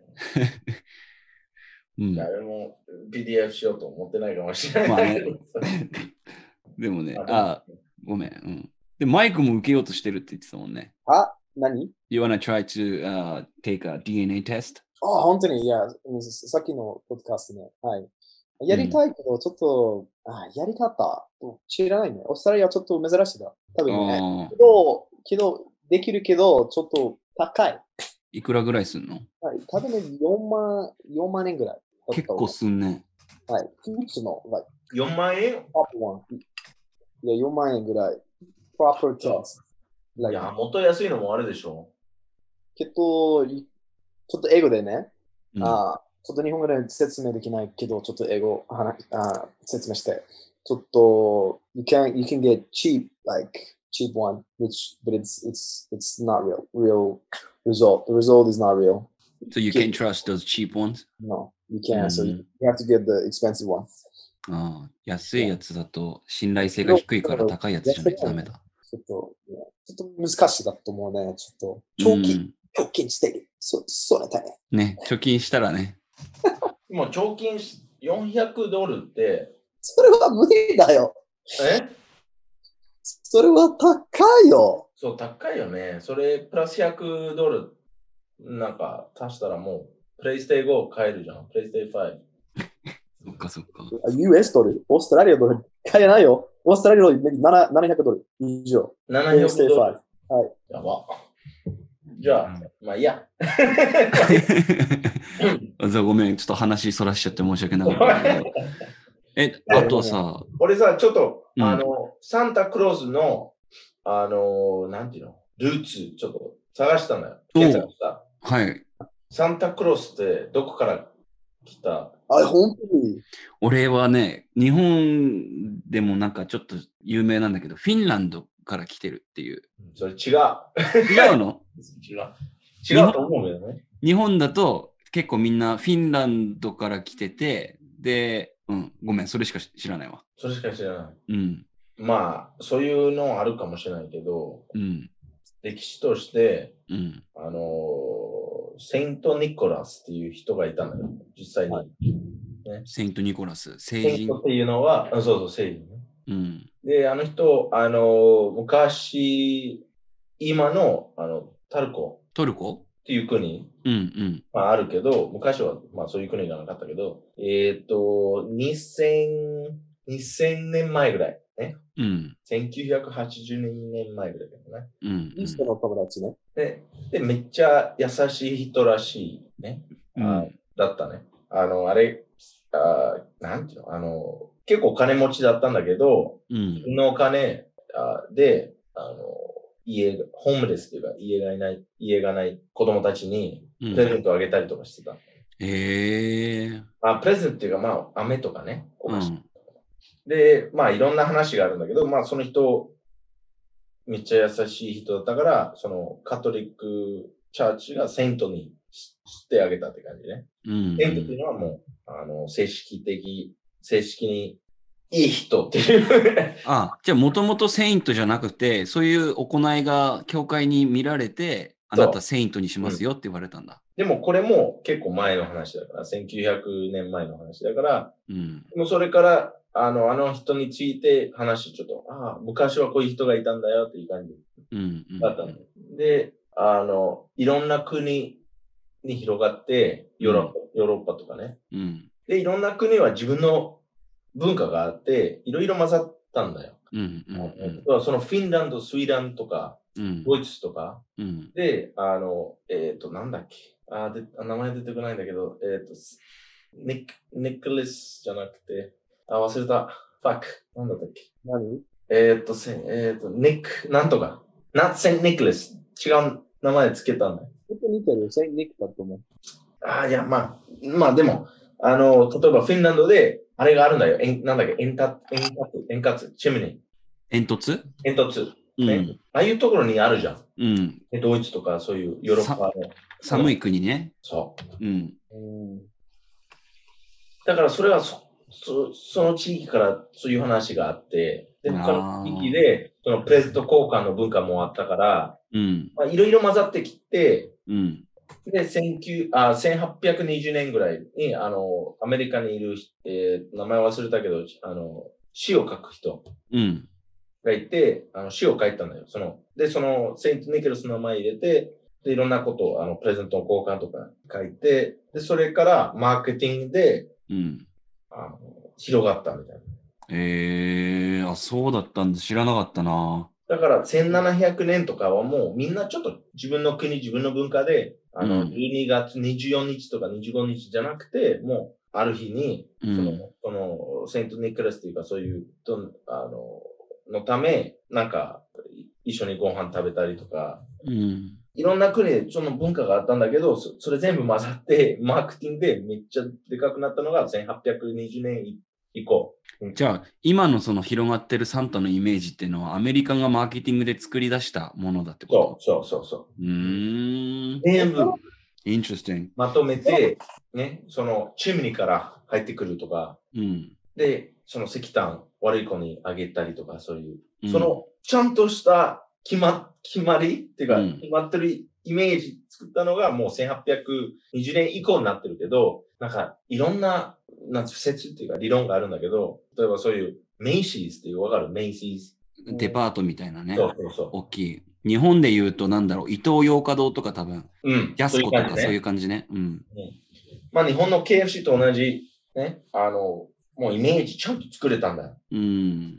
うん、誰も ピーディーエフ しようと思ってないかもしれない。まあね、 でもね、あ、ごめん。うん。で、マイクも受けようとしてるって言ってたもんね。 あ、何 ?You wanna try to、uh, take a ディーエヌエー test? あ、本当に、いや、さっきのポッドキャストね。はい。やりたいけど、うん、ちょっと、あ、やり方、知らないね。オーストラリアはちょっと珍しいだ。多分ね。けど、けど、できるけど、ちょっと高い。 いくらぐらいすんの？ はい、多分ね、よんまん、よんまん円ぐらい。 結構すんね。 はい。普通の、like、 よんまん円？ いや、よんまん円ぐらい。proper test。 いや、もっと安いのもあるでしょ。 けど、ちょっと英語でね、うん、あちょっと日本語で説明できないけど、ちょっと英語あ説明して。ちょっと、you can, you can get cheap, like, cheap one, which, but it's, it's, it's not real, real result. The result is not real. So you can't trust those cheap ones? No, you can't. Mm. So you have to get the expensive one. ああ、安いやつだと信頼性が低いから高いやつじゃないとダメだ。 ちょっと、ちょっと難しいだと思うね。ちょっと、長期、長期にしてる。そ、そうだね。 ね、貯金したらね。 もう貯金よんひゃくドルって。 それは無理だよ。 えそれは高いよ。 そう、高いよね。それ、プラスひゃくドル、なんか、足したらもう、プレイステご買えるじゃん。プレイステご。 そっかそっか。 ユーエス ドル、オーストラリアドル、買えないよ。オーストラリアドルななひゃくドル以上。 ななひゃくドル。はい。 やば。じゃあ、まあいいや。 じゃあごめん、ちょっと話そらしちゃって申し訳なかったけど。え、あとさ。 俺さ、ちょっと、うん、あの、サンタクロースの、あの、なんていうの、ルーツ、ちょっと探したんだよ。検索した。 はい。 サンタクロースってどこから来た？ あ、本当に？ 俺はね、日本でもなんかちょっと有名なんだけど、フィンランドから来てるっていう。 それ違う。 違うの？ 違う。違うと思うけどね。 日本だと結構みんなフィンランドから来てて、で、うん、ごめん、それしか知らないわ。 それしか知らない。 うん。 まあ、そういうのあるかもしれないけど、 うん、 歴史として、 うん、 あの、セイント・ニコラスっていう人がいたのよ、実際に。はいね、セイント・ニコラス、聖人。セイントっていうのは、あそうそう、聖人ね。 うん、 で、あの人、あの、昔、今の、あの、タルコ。 トルコっていう国、 うんうん、 まあ、あるけど、昔は、まあ、そういう国がなかったけど、えっ、ー、と、にせん、にせんねんまえぐらい、ね。 うん。 せんきゅうひゃくはちじゅうねんまえぐらいだよね。 うん、 イーストの友達ね。 で、で、めっちゃ優しい人らしいね。 うん、 あだったね。あの、あれ、あなんていうのあの、結構金持ちだったんだけど、 うん、 自分のお金あで、あの、家が、ホームレスっていうか、家がいない、家がない子供たちにプレゼントをあげたりとかしてた。 へ、うん、えー。 あ、プレゼントっていうか、まあ、飴とかね、お菓子、うん。で、まあ、いろんな話があるんだけど、まあ、その人、めっちゃ優しい人だったから、そのカトリックチャーチがセイントにしてあげたって感じね。 うんうん、 セイントっていうのはもう、あの、正式的、正式にいい人っていうあ、じゃあもともとセイントじゃなくて、そういう行いが教会に見られて、あなたセイントにしますよって言われたんだ。 うん、でもこれも結構前の話だから、せんきゅうひゃくねんまえの話だから、 うん、 もうそれからあの、あの人について話ちょっと、ああ、昔はこういう人がいたんだよっていう感じだったの。うんうん、で、あの、いろんな国に広がって、ヨーロッパ、うん、ヨーロッパとかね、うん。で、いろんな国は自分の文化があって、いろいろ混ざったんだよ。うんうんうん、そのフィンランド、スウィーデンとか、うん、ドイツとか、うん、で、あの、えっ、ー、と、なんだっけあで、名前出てこないんだけど、えっ、ー、と、ニック、ニクリスじゃなくて、あ、忘れた。ファック。なんだったっけ何えっ、ー、と、せえっ、ー、と、ニック、なんとか。not セントニクリス。違う名前つけたんだよ。 ちょっと似てる。セントニックだと思う。 あ、いや、まあ、まあでも、あの、例えばフィンランドで、あれがあるんだよ。えんなんだっけ煙突、煙突、煙突、チムニー。 煙突煙突。ね、うん。ああいうところにあるじゃん。うん。ドイツとかそういうヨーロッパの。 寒い国ね。 そう。うん。うんだからそれはそ、そその地域からそういう話があって、で、他の地域で、そのプレゼント交換の文化もあったから、うん。まあ、いろいろ混ざってきて、うん。で、せんきゅうあせんはっぴゃくにじゅうねんぐらいに、あの、アメリカにいる、えー、名前忘れたけど、あの、詩を書く人。うん。がいて、あの、詩を書いたんだよ。その、で、その、セントニケルスの名前入れて、で、いろんなことを、あの、プレゼントの交換とか書いて、で、それからマーケティングで、うん。あの、広がったみたいな。 ええー、あ、そうだったんだ。知らなかったな。 だからせんななひゃくねんとかはもうみんなちょっと自分の国、自分の文化で、あの、うん、じゅうにがつにじゅうよっかとかにじゅうごにちじゃなくて、もうある日に、その、うん、その、セントニクラスというかそういう、あの、のため、なんか、一緒にご飯食べたりとか、うん、いろんな国でその文化があったんだけど、そ, それ全部混ざって、マーケティングでめっちゃでかくなったのがせんはっぴゃくにじゅうねん以降。 うん、じゃあ、今のその広がってるサンタのイメージっていうのは、アメリカがマーケティングで作り出したものだってこと？そうそうそうそう。うーん。 全部、 Interesting。 まとめて、ね、そのチムニーから入ってくるとか、うん、で、その石炭悪い子にあげたりとか、そういう、うん、そのちゃんとした決ま、決まりっていうか、うん、決まってるイメージ作ったのがもうせんはっぴゃくにじゅうねん以降になってるけど、なんかいろんな、なんて説っていうか理論があるんだけど、例えばそういうメイシーズっていうわかるメイシーズ。 デパートみたいなね。 そうそうそう。 大きい。日本で言うとなんだろう、イトーヨーカドーとか多分、うん、ジャスコとかそういう感じね。うん。うん、 まあ日本の ケーエフシー と同じ、ね、あの、もうイメージちゃんと作れたんだよ。うん。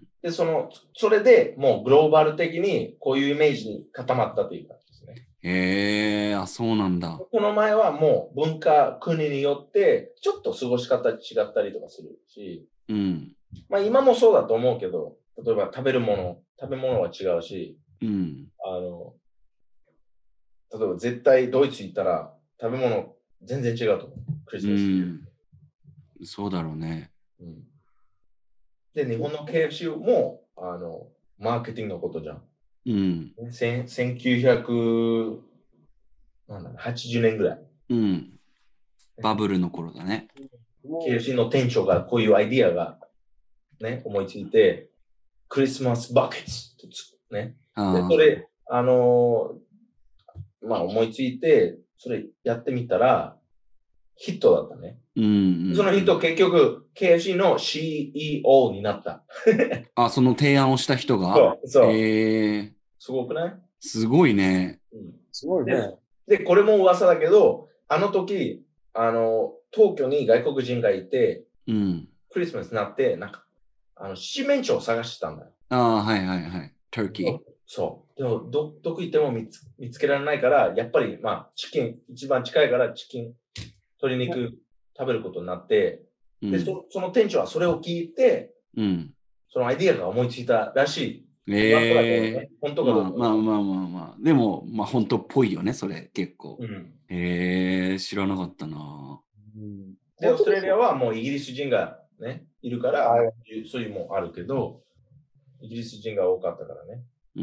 で、その、それでもうグローバル的にこういうイメージに固まったというかですね。 へえー、あ、そうなんだ。 この前はもう文化、国によってちょっと過ごし方違ったりとかするし、うん。まあ今もそうだと思うけど、例えば食べるもの、食べ物は違うし、うん。あの、例えば絶対ドイツ行ったら食べ物全然違うと思う。クリスマス。 うん。そうだろうね。うん。 で、日本の ケーエフシー も、あの、マーケティングのことじゃん。うん。せんきゅうひゃくはちじゅうねんぐらい。 うん。バブルの頃だね。 ケーエフシー の店長がこういうアイディアがね、思いついて、クリスマスバケツってつくね。で、それ、あのー、まあ思いついて、それやってみたら、ヒットだったね。うんうんうん、その人結局 ケーエフシー の シーイーオー になった。 あ、その提案をした人がそう、そう。 えー、 すごくない？ すごいね。 うん、すごいねで。で、これも噂だけど、あの時、あの、東京に外国人がいて、うん、クリスマスになって、なんか、あの、七面鳥を探してたんだよ。 ああ、はいはいはい。トルキー。 そう。でも、ど、どこ行っても見つ、見つけられないから、やっぱり、まあ、チキン、一番近いからチキン、鶏肉食べることになって、うん、で、そ、その店長はそれを聞いて、うん、そのアイディアが思いついたらしい。 ええー、本当かどうか。まあまあまあまあまあ。でも、まあ本当っぽいよね、それ、結構。うん、ええー、知らなかったな、 うん。で、オーストラリアはもうイギリス人がね、いるから、はい、そういうもあるけど、イギリス人が多かったからね。 うん。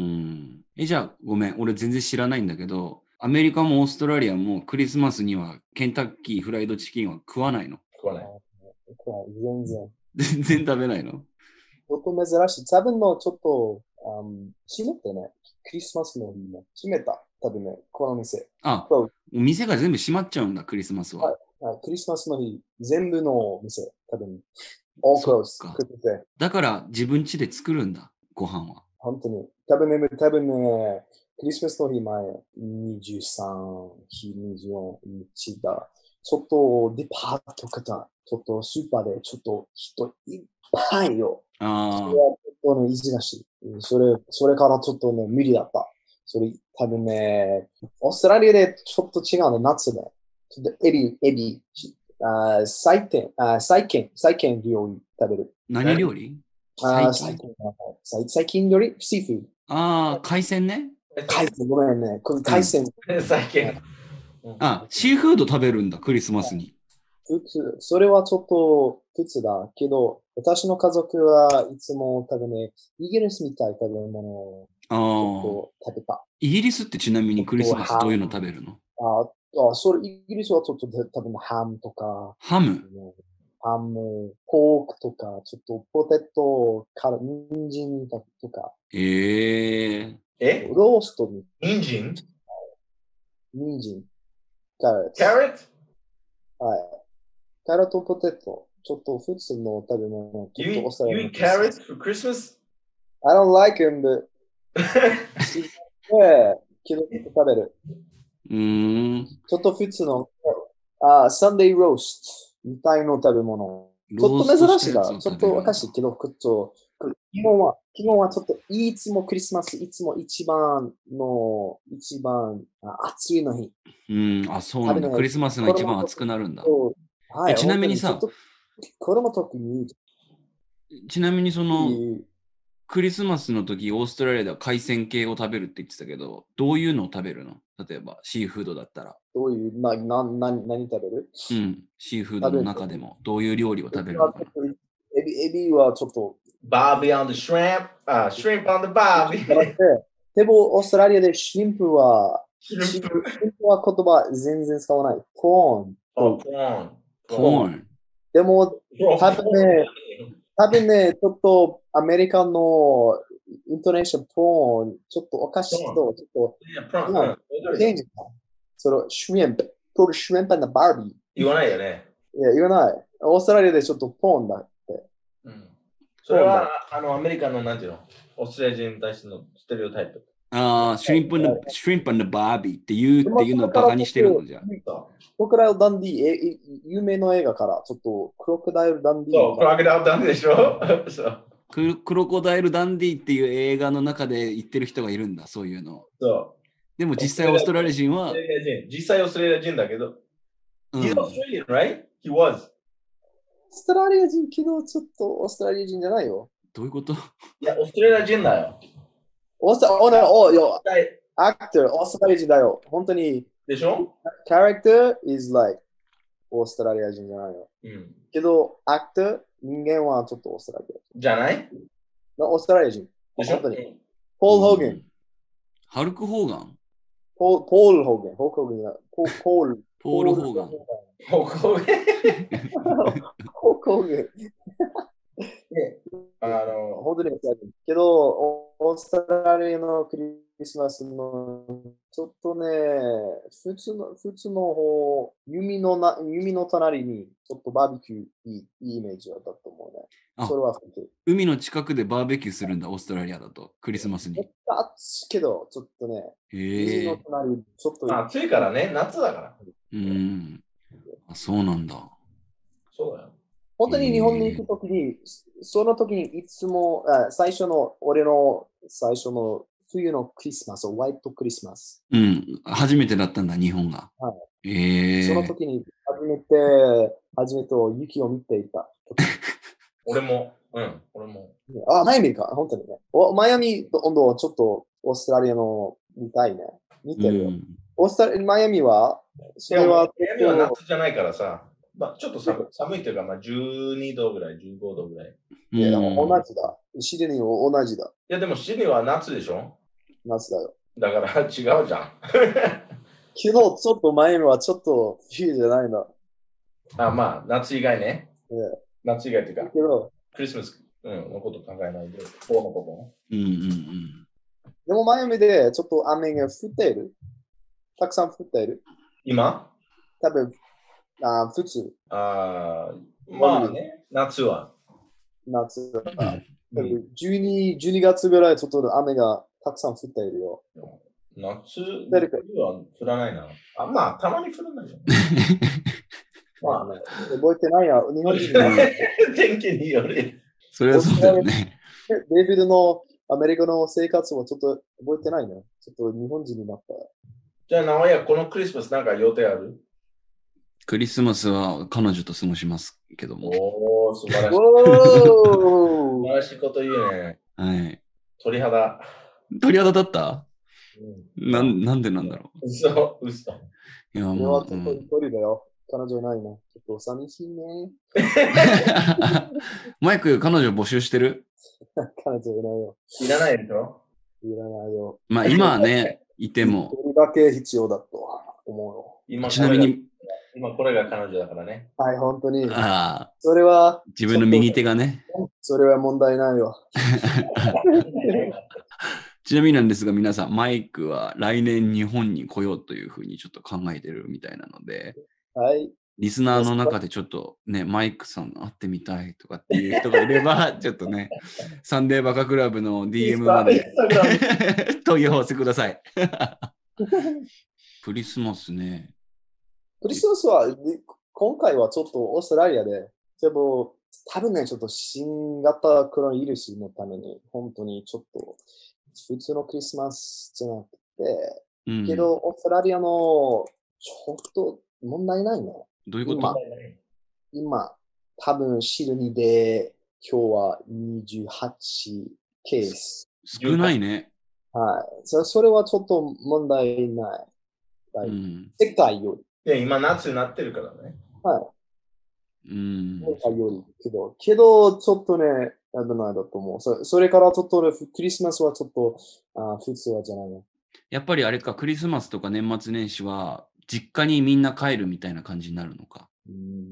え、じゃあ、ごめん、俺全然知らないんだけど、アメリカもオーストラリアもクリスマスにはケンタッキーフライドチキンは食わないの？ 食わない。 全然。 全然食べないの？ ちょっと珍しい。多分のちょっと、あの閉めてね。クリスマスの日も閉めた。多分ね、この店。 あ、店が全部閉まっちゃうんだ、クリスマスは。 はい。はい、クリスマスの日、全部の店、多分。 all close。 だから自分家で作るんだ、ご飯は。 本当に。多分ね、多分ね、クリスマスの日前、にじゅうさん、にじゅうよっかだ。ちょっとデパートとか、ちょっとスーパーでちょっと人いっぱいよ。 あそれはちょっとね、難しい。それ、それからちょっとね、無理だった。それ、多分ね、オーストラリアでちょっと違うの、夏ね。ちょっとエビ、エビ、あ最近、あ最近、最近料理食べる。 何料理あ最近、最近料理シーフード。 ああ、海鮮ね。 海鮮、ごめんね。この海鮮。 最近。 あ、シーフード食べるんだ、クリスマスに。 普通、それはちょっと普通だけど、私の家族はいつも多分ね、イギリスみたい食べ物をちょっと食べた。 イギリスってちなみにクリスマスどういうの食べるの？ ああ、それ、イギリスはちょっと多分ハムとか。 ハムハム、ポークとか、ちょっとポテト、から、人参とか。 ええー。 えローストに。 人参人参。キャレット。 キャレットはい。キャレットポテト。ちょっと普通の食べ物。 You eat, you eat carrots for Christmas? I don't like them, but ええ、けど食べる。 うーん。 ちょっと普通の、あ、サンデーローストみたいな食べ物。ちょっと珍しいが、ちょっとおかしいけど、ちょっと、昨日は、昨日はちょっといつもクリスマス、いつも一番の、一番暑いの日。 うん、あ、そうなんだ。クリスマスが一番暑くなるんだ。 はい、 ちなみにさ、 子供の時に、 ちなみにその、クリスマスの時、オーストラリアでは海鮮系を食べるって言ってたけど、どういうのを食べるの？例えば、シーフードだったら。 どういう、な、な、な何食べる？ うん、シーフードの中でも、どういう料理を食べるのかな？ エビ、エビはちょっと。 バービー on the shrimp, uh, shrimp on the バービー。 でも、オーストラリアでシンプは、 シンプは言葉全然使わない。ポーン。 ポーン。 ポーン。 でも、多分ね、多分ね、ちょっとアメリカのイントネーション、ポーン、ちょっとおかしいと、ちょっと、その、シュリンプ、プルシュリンプ and the バービー。 言わないよね。 いや、言わない。オーストラリアでちょっとポーンだって。 うん、それは、あの、アメリカの、なんていうの、オーストラリア人に対してのステレオタイプ。 ああ、シュリンプの、シュリンプのバービーっていうっていうのをバカにしてるのじゃ。 クロコダイル・ダンディ、え、有名の映画から、ちょっとクロコダイル・ダンディ。 そう、クロコダイル・ダンディでしょそうク。クロコダイル・ダンディっていう映画の中で言ってる人がいるんだ、そういうの。 そう。 でも実際オーストラリア人は。 実際オーストラリア人だけど。うん、He's Australian, right? He was. オーストラリア人、けどちょっとオーストラリア人じゃないよ。 どういうこと？ いや、オーストラリア人だよ。 オーストラリア、お、よ、アクター、オーストラリア人だよ。本当に。 でしょ？ キャラクター is like オーストラリア人じゃないよ。うん、けど、アクター、人間はちょっとオーストラリア人。 じゃないオーストラリア人。本当に。ポール・ホーゲン。 ハルク・ホーガンポポール・ホーゲン。ポール・ホーゲン。ポール・ポール・ホーガン。 ポール・ホーゲン。 ポール・ホーゲン。あの、本当にけど、オーストラリアのクリスマスのちょっとね、普通の、普通の方、弓のな、弓の隣にちょっとバーベキューいい、いいイメージだったと思うね。それは普通。 海の近くでバーベキューするんだ、オーストラリアだと、クリスマスに。 暑いけど、ちょっとね、 への隣ちょっと暑いからね、夏だから。 うん。あ、そうなんだ。 そうだよ。 本当に日本に行くときに、その時にいつも、最初の、俺の最初の冬のクリスマス、ホワイトクリスマス。 うん、初めてだったんだ、日本が。 はい、 えー、 その時に初めて、初めて雪を見ていた。 俺も、うん、俺も。 あ、マイアミか、本当にね。おマイアミ温度はちょっとオーストラリアの見たいね。見てるよ。うん、オーストラリア、マイアミは、 それは、マイアミは夏じゃないからさ。まあ、ちょっと寒寒いというか、まあ、じゅうにどぐらい、じゅうごどぐらい。 いや、でも同じだ。シドニーは同じだ。 いや、でもシドニーは夏でしょ？ 夏だよ。 だから違うじゃん。昨日ちょっと前はちょっと冬じゃないな。 あ、まあ、夏以外ね。 Yeah. 夏以外っていうか、 けどクリスマス、うん、のこと考えないで、こうのことね。うんうんうん。 でもマイアミでちょっと雨が降っている。たくさん降っている。 今？ 多分あ普通。 ああ、まあね、夏は。 夏が。じゅうに、じゅうにがつぐらいちょっと雨がたくさん降っているよ。 夏は降らないな。あ、まあ、たまに降るんだけど。 まあね、覚えてないや。日本人天気による。 それはそうだよね。 デイビッドのアメリカの生活をちょっと覚えてないね。ちょっと日本人になった。 じゃあ、直哉、このクリスマスなんか予定ある？ クリスマスは彼女と過ごしますけども。 おー、素晴らしい。 素晴らしいこと言うね。 はい。 鳥肌。 鳥肌だった、 うん、 な, なんでなんだろう。嘘、嘘。 いや、もう、ちょっと一人だよ。彼女いないね。ちょっと寂しいね。 マイク、彼女募集してる？ 彼女いないよ。 いらないでしょ？ いらないよ。 まあ今はね、いても。 一人だけ必要だと思うよ。 今ちなみに、 今これが彼女だからね。 はい、本当に。 ああ。 それは、 自分の右手がね。 それは問題ないよ。 ちなみになんですが、皆さん、マイクは来年日本に来ようというふうにちょっと考えてるみたいなので、 はい。 リスナーの中でちょっとね、マイクさん会ってみたいとかっていう人がいれば、ちょっとね、サンデーバカクラブの ディーエム まで問い合わせください。クリスマスね。 クリスマスは、今回はちょっとオーストラリアで、でも多分ね、ちょっと新型コロナウイルスのために、本当にちょっと普通のクリスマスじゃなくて、うん、けど、オーストラリアのちょっと問題ないね。 どういうこと？ 今、今多分シドニーで今日はにじゅうはちケース。 少ないね。 はい。そ, それはちょっと問題ない。 うん、 世界より。いや、今夏になってるからね。 はい。 うん。 世界よりけど、けど、ちょっとね、あのないだと思う。そ, それからちょっとクリスマスはちょっとあ普通はじゃないね。 やっぱりあれか、クリスマスとか年末年始は、実家にみんな帰るみたいな感じになるのか。うん、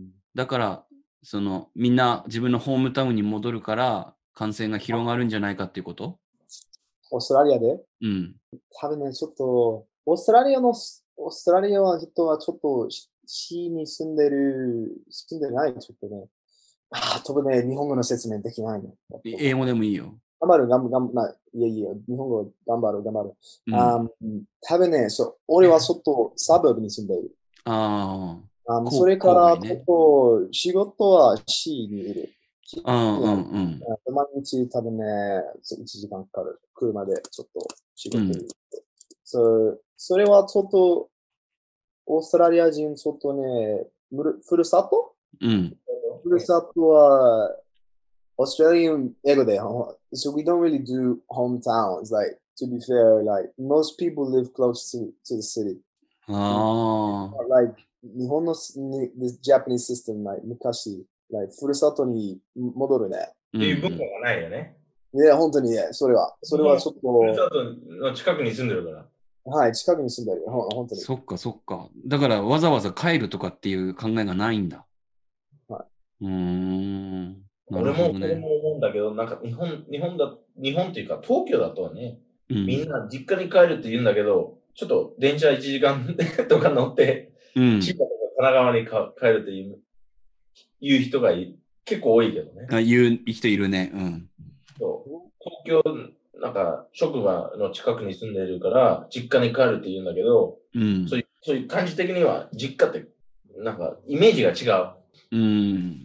だから、その、みんな自分のホームタウンに戻るから、感染が広がるんじゃないかっていうこと？ オーストラリアで？ うん。 多分ね、ちょっと、オーストラリアの、オーストラリアの人はちょっと、市に住んでる、住んでない、ちょっとね。ああ、多分ね、日本語の説明できないね。 英語でもいいよ。 頑張る、頑張る、頑張る。いやいや、日本語頑張る、頑張る。うん、あ多分ね、そう、俺はちょっとサブに住んでいる。 ああそれから、ね、仕事は市にいる。 うんうんうん。 毎日多分ね、いちじかんかかる。車でちょっと仕事に行って。うん、そ, それはちょっと、オーストラリア人、ちょっとね、ふるさと、 うん、 ふるさとは、Australian英語で、so we don't really do hometowns. Like, to be fair, like, most people live close to, to the city. ああ。 Like, 日本の this Japanese system, like, 昔、like, ふるさとに戻るね。 っていう文化がないよね。 いや、本当にね、それは。それはちょっと。 ふるさとの近くに住んでるから。 はい、近くに住んでる。本当に。 そっかそっか。だからわざわざ帰るとかっていう考えがないんだ。 はい。 うーん。 俺もそれも思うんだけど、なんか日本、日本だ、日本っていうか東京だとね、うん、みんな実家に帰るって言うんだけど、ちょっと電車いちじかんとか乗って、うん、千葉とか神奈川にか帰るっていう、言う人がい結構多いけどね。 あ、言う人いるね。うん。 そう東京、なんか職場の近くに住んでいるから、実家に帰るって言うんだけど、うん、そういう、そういう感じ的には実家って、なんかイメージが違う。 うん、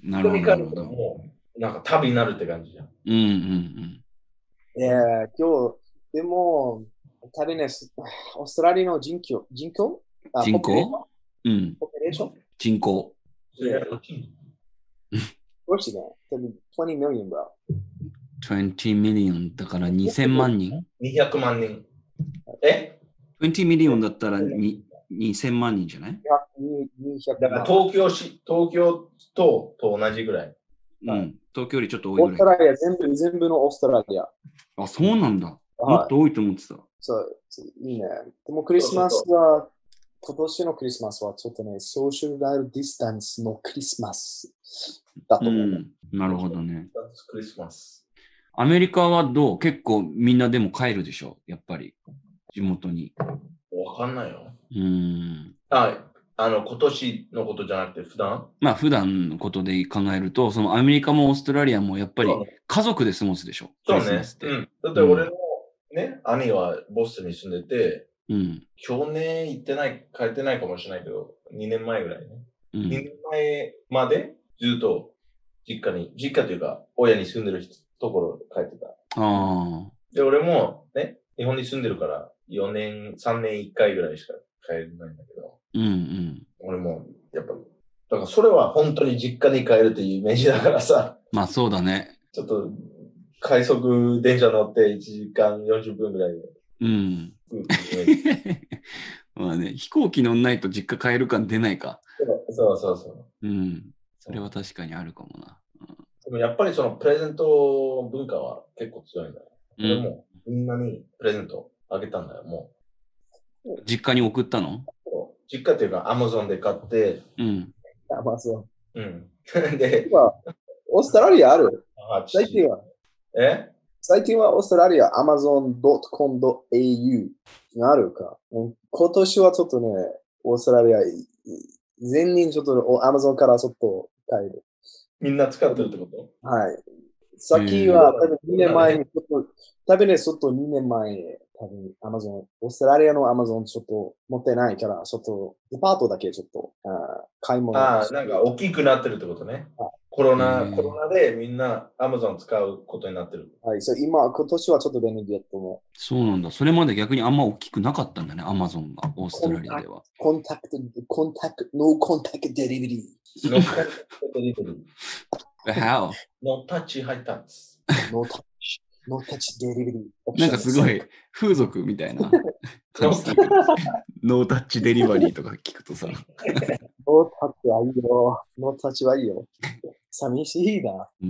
なるほど。 実家に帰るともう、なんか旅になるって感じじゃん。 うんうんうん。 いや、今日、でも、旅ね、オーストラリアの人口人口人口うん。 ポピュレーション人口。 少しね、多分にじゅう million, bro. にじゅう million だからにせんまん人 ? にひゃくまん人。え ?にじゅう million だったらににせんまん人じゃないだから東京市、東京都と同じぐらい。 うん。東京よりちょっと多いぐらい。 オーストラリア、全部、全部のオーストラリア。 あ、そうなんだ。もっと多いと思ってた。 そう、いいね。でもクリスマスは、今年のクリスマスはちょっとね、ソーシャルディスタンスのクリスマスだと思う、ねうん。なるほどね。 クリスマス。 アメリカはどう？結構みんなでも帰るでしょやっぱり。地元に。 わかんないよ。 うん。 あ、 あの、今年のことじゃなくて、普段まあ、普段のことで考えると、そのアメリカもオーストラリアもやっぱり家族で過ごすでしょ。 そうね。 クリスマスって。 うん。だって俺のね、うん、兄はボストンに住んでて、 うん、 去年行ってない、帰ってないかもしれないけど、にねんまえぐらいね。うん、にねんまえまでずっと実家に、実家というか、親に住んでるところ帰ってた。 あで、俺もね、日本に住んでるから、よねん、さんねんいっかいぐらいしか帰れないんだけど。 うんうん。 俺も、やっぱ、だからそれは本当に実家に帰るというイメージだからさ。 まあそうだね。 ちょっと、快速電車乗っていちじかんよんじゅっぷんぐらいで。 うん。まあね、飛行機乗んないと実家帰る感出ないか。 そうそうそう。 うん。それは確かにあるかもな。 うん、でもやっぱりそのプレゼント文化は結構強いんだよ。うん、俺もみんなにプレゼントあげたんだよ、もう。実家に送ったの？ 実家っていうか、アマゾンで買って。 うん。 アマゾン。うん。で、 オーストラリアある？最近は。 え最近はオーストラリア、アマゾンドットコムドットエーユー があるか。今年はちょっとね、オーストラリア、全人ちょっとアマゾンからちょっと買える。 みんな使ってるってこと？ はい。さっきは多分にねんまえに、多分ね、ちょっとにねんまえ、多分アマゾン、オーストラリアのアマゾンちょっと持ってないから、ちょっとデパートだけちょっとあ買い物。 ああ、なんか大きくなってるってことね。コロナ、コロナでみんなアマゾン使うことになってる。 はい、そう今、今年はちょっと便利だと思う。 そうなんだ。それまで逆にあんま大きくなかったんだね、アマゾンが、オーストラリアでは。 コンタクト、コンタクト、ノーコンタクトデリバリー。 ノーコンタクトデリバリー。 How? ノータッチハイタッチ。 ノータッチ、ノータッチデリバリー。 なんかすごい風俗みたいな感じ。ノータッチデリバリーとか聞くとさ。ノータッチはいいよ。ノータッチはいいよ。寂しいな。 うん。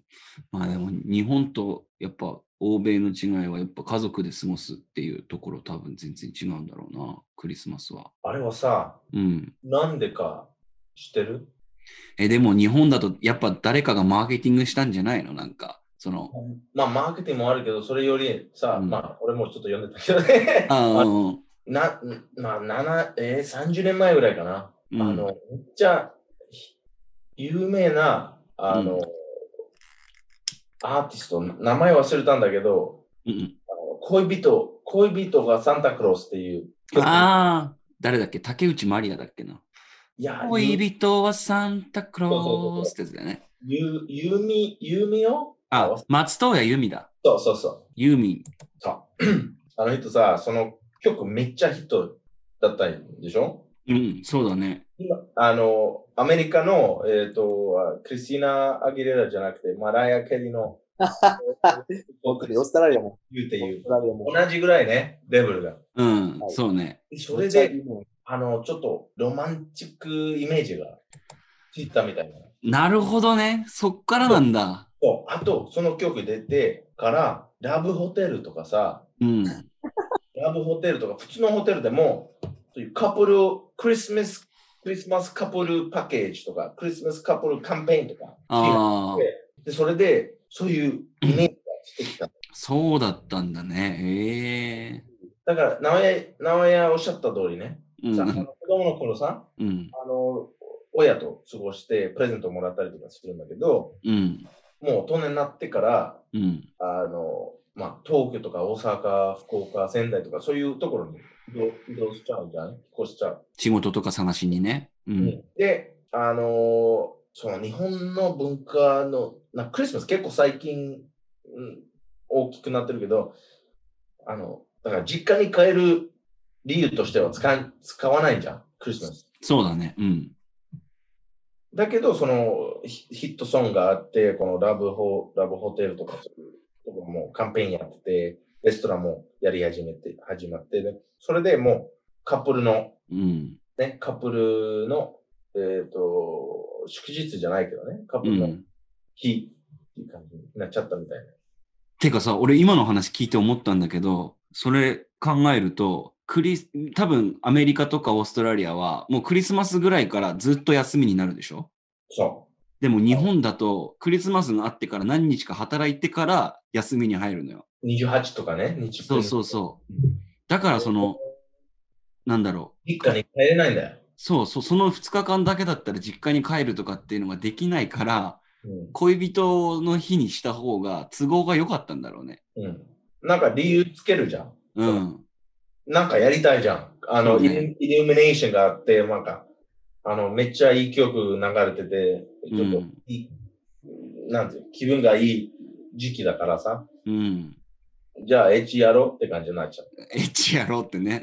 まあでも日本とやっぱ欧米の違いはやっぱ家族で過ごすっていうところ多分全然違うんだろうな、クリスマスは。 あれはさ、うん、なんでか知ってる？ え、でも日本だとやっぱ誰かがマーケティングしたんじゃないの？なんか、その。 まあマーケティングもあるけど、それよりさ、うん、まあ俺もちょっと読んでたけどね。あな、まあ、なな、えー、さんじゅうねんまえぐらいかな。うん、あの、めっちゃ有名な、あの、うん、アーティスト、名前忘れたんだけど、うん、あの恋人、恋人がサンタクロースっていう曲。ああ、誰だっけ？竹内まりやだっけな。いや、恋人はサンタクロースってやつだよね。 ゆ、ゆみ、ゆみよ？ あ、松任谷由実だ。 そうそうそう。 ユーミン。 そう。あの人さ、その曲めっちゃヒットだったんでしょ？ うん、そうだね。 今、あの、アメリカの、えっと、クリスティーナ・アギレラじゃなくて、マライア・ケリの、 僕でオーストラリアも。 言うていう。同じぐらいね、レベルが。 うん、はい、そうね。 それで、あの、ちょっとロマンチックイメージがついたみたいな。なるほどね。そっからなんだ。 そう。あと、その曲出てから、ラブホテルとかさ、うん、ラブホテルとか、普通のホテルでも、そういうカップル、クリスマス、クリスマスカップルパッケージとか、クリスマスカップルキャンペーンとか、あでそれで、そういうイメージがしてきた。 そうだったんだね。へえ。 だから、名前、名前おっしゃった通りね、うん、さあの子供の頃さ、うん、あの、親と過ごしてプレゼントをもらったりとかするんだけど、うん、もう大人になってから、うん、あの、まあ、東京とか大阪、福岡、仙台とかそういうところに移動しちゃうじゃん、引っ越しちゃう。 仕事とか探しにね。 うん、で、あのー、その日本の文化の、なクリスマス結構最近、うん、大きくなってるけど、あの、だから実家に帰る理由としては使い使わないじゃん、クリスマス。 そうだね。うん。 だけど、そのヒットソングがあって、このラブホ、ラブホテルとかそういうところもカンペーンやってて、レストランもやり始めて、始まって、ね、それでもうカップルの、うん、ね、カップルの、えっと、祝日じゃないけどね、カップルの日っていう感じになっちゃったみたいな。 てかさ、俺今の話聞いて思ったんだけど、それ考えると、クリス、多分アメリカとかオーストラリアはもうクリスマスぐらいからずっと休みになるでしょ？ そう。 でも日本だとクリスマスがあってから何日か働いてから休みに入るのよ。 にじゅうはちとかね。 そうそうそう。だからその、なんだろう。一家に帰れないんだよ。 そうそう、そのふつかかんだけだったら実家に帰るとかっていうのができないから、 うん、 恋人の日にした方が都合が良かったんだろうね。 うん。なんか理由つけるじゃん。 うん。 なんかやりたいじゃん。あの、 ね、 イルミネーションがあって、なんか、あの、めっちゃいい曲流れてて、ちょっといい、うん、なんていう、気分がいい時期だからさ。 うん。 じゃあ、エッチやろうって感じになっちゃう。 エッチやろうってね。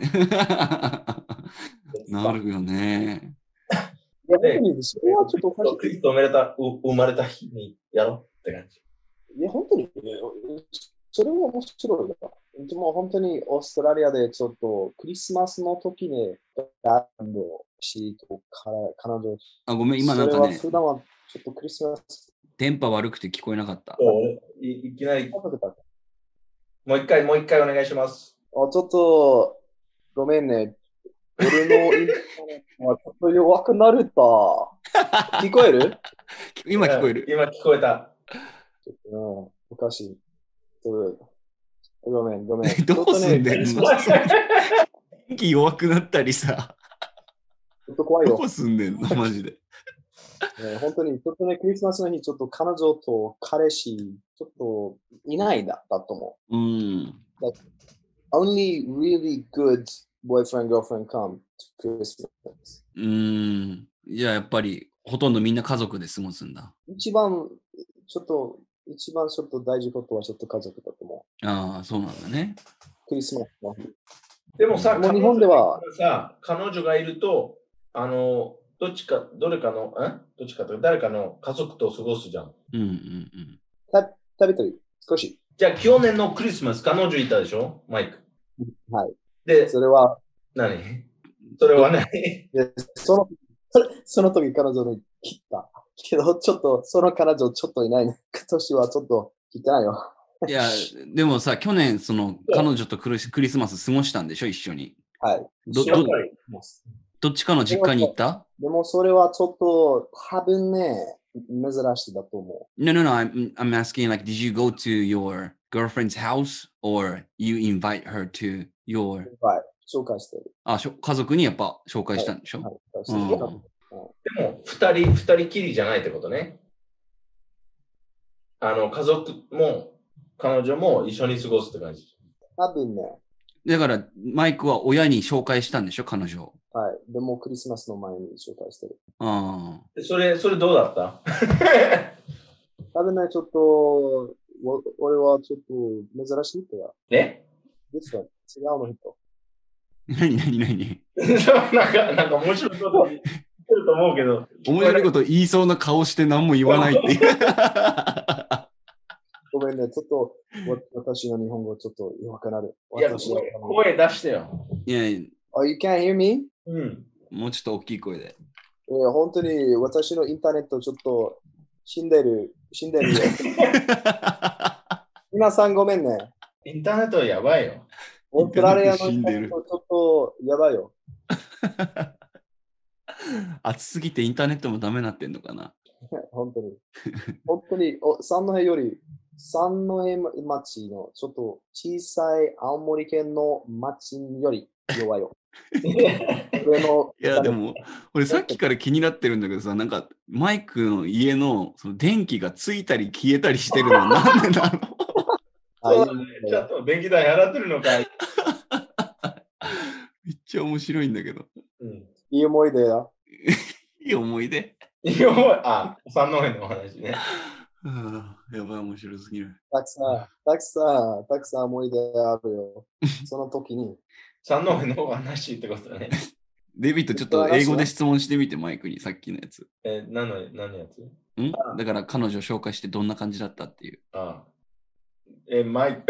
なるよね。 いや、本当に、それはちょっとおかしい。 クリスト生まれた、生まれた日にやろうって感じ。 いや、本当に、それは面白いな。でも本当にオーストラリアでちょっとクリスマスの時にバンドをしと彼女。 あ、ごめん、今なんかね、 普段はちょっとクリスマス。 電波悪くて聞こえなかった。 い, いきなり。もう一回、もう一回お願いします。 あ、ちょっと、ごめんね。俺のインターネットはちょっと弱くなるた。聞こえる？ 今聞こえる。 今聞こえた。 ちょっと、うん、おかしい。ごめん、ごめん。 どこ住んでんの？元気弱くなったりさ。 ちょっと怖いよ。 どこ住んでんのマジで。 ね、本当に、ちょっとね、クリスマスの日、ちょっと彼女と彼氏、ちょっといないだだと思う。うん。 Only really good boyfriend, girlfriend come to Christmas. うん。じゃあやっぱり、ほとんどみんな家族で過ごすんだ。 一番、ちょっと、一番ちょっと大事ことはちょっと家族だと思う。ああ、そうなんだね。 クリスマスの日。 でもさ、 もう日本ではさ、彼女がいると、あの、どっちか、どれかの、んどっちかと誰かの家族と過ごすじゃん。 うんうんうん。 た食べたり、少し。 じゃあ、去年のクリスマス、彼女いたでしょマイク。 はい。 で、 それは、 何それは何でそのその時彼女に切った。けど、ちょっと、その彼女ちょっといないね。今年はちょっと切ってないよ。 いや、でもさ、去年、その、彼女とクリスマス過ごしたんでしょ一緒に。 はい。 ど、ど、どっちかの実家に行った？ でもそれはちょっと多分ね、珍しいだと思う。No, no, no. I'm, I'm asking, like, did you go to your girlfriend's house or you invite her to your... はい。紹介してる。 あ、しょ家族にやっぱ紹介したんでしょ、はいはい、うん、 でも、二人、二人きりじゃないってことね。あの、家族も、彼女も一緒に過ごすって感じ。 多分ね。 だから、マイクは親に紹介したんでしょ彼女。 はい。でも、クリスマスの前に紹介してる。 ああ。 それ、それどうだった多分ね、ちょっと、俺はちょっと珍しいってや。 えですよ。違うの人。 何何何なんか、なんか面白いこと言ってると思うけど。 面白いこと言いそうな顔して何も言わないっていう。 ごめんね、ちょっと私の日本語ちょっと弱くなる。 いや、声出してよ。 いや、 oh, you can't hear me? うん。 もうちょっと大きい声で。 いや、本当に私のインターネットちょっと死んでる、死んでるよ。皆さんごめんね。 インターネットはやばいよ。 オーストラリアのインターネットちょっとやばいよ。 暑すぎてインターネットもダメになってんのかな。 本当に。本当に、お三戸より、三戸町のちょっと小さい青森県の町より弱いよ。 いや、でも、俺さっきから気になってるんだけどさ、なんかマイクの家のその電気がついたり消えたりしてるのはなんでなのそうだね。ちょっと電気代払ってるのかい。 めっちゃ面白いんだけど。 うん、いい思い出や。 いい思い出いい思いあ、三戸の話ね。 やばい、面白すぎる。 たくさん、たくさん、たくさん思い出あるよ。その時に。 三戸の話ってことだね。 デビット、ちょっと英語で質問してみて、マイクに、さっきのやつ。 え、何の、何のやつんだから彼女を紹介してどんな感じだったっていう。 ああえ、マイク。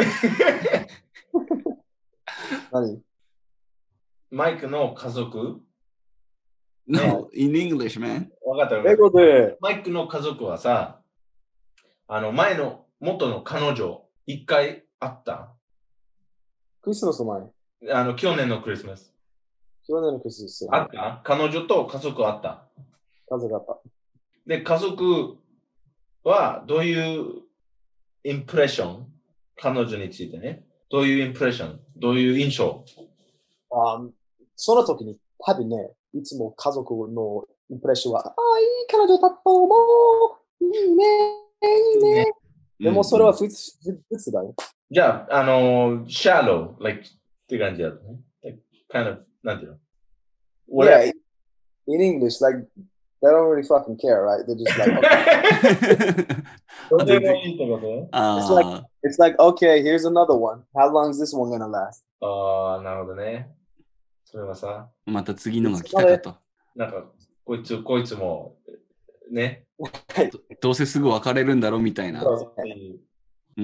何マイクの家族 No, in English, man. わかった。 英語で。 マイクの家族はさ、あの、前の、元の彼女、一回会ったクリスマスの前。 あの、去年のクリスマス。 去年のクリスマス。 あった彼女と家族あった。 家族あった。 で、家族はどういうインプレッション彼女についてね。どういうインプレッションどういう印象あその時に多分ね、いつも家族のインプレッションは、ああ、いい彼女だと思う。いいね、いいね。でもそれは普通、普通だよ。 じゃあ、あの、shallow, like, って感じだとね。Like, kind of, なんていうの Yeah, in English, like, they don't really fucking care, right? They're just like, okay. どうでもいいってことね。 It's like, it's like, okay, here's another one. How long is this one gonna last? ああ、なるほどね。それはさ、 また次のが来たかと。 なんか、こいつ、こいつも、ね。 どうせすぐ別れるんだろうみたいな。 そういう。 うん。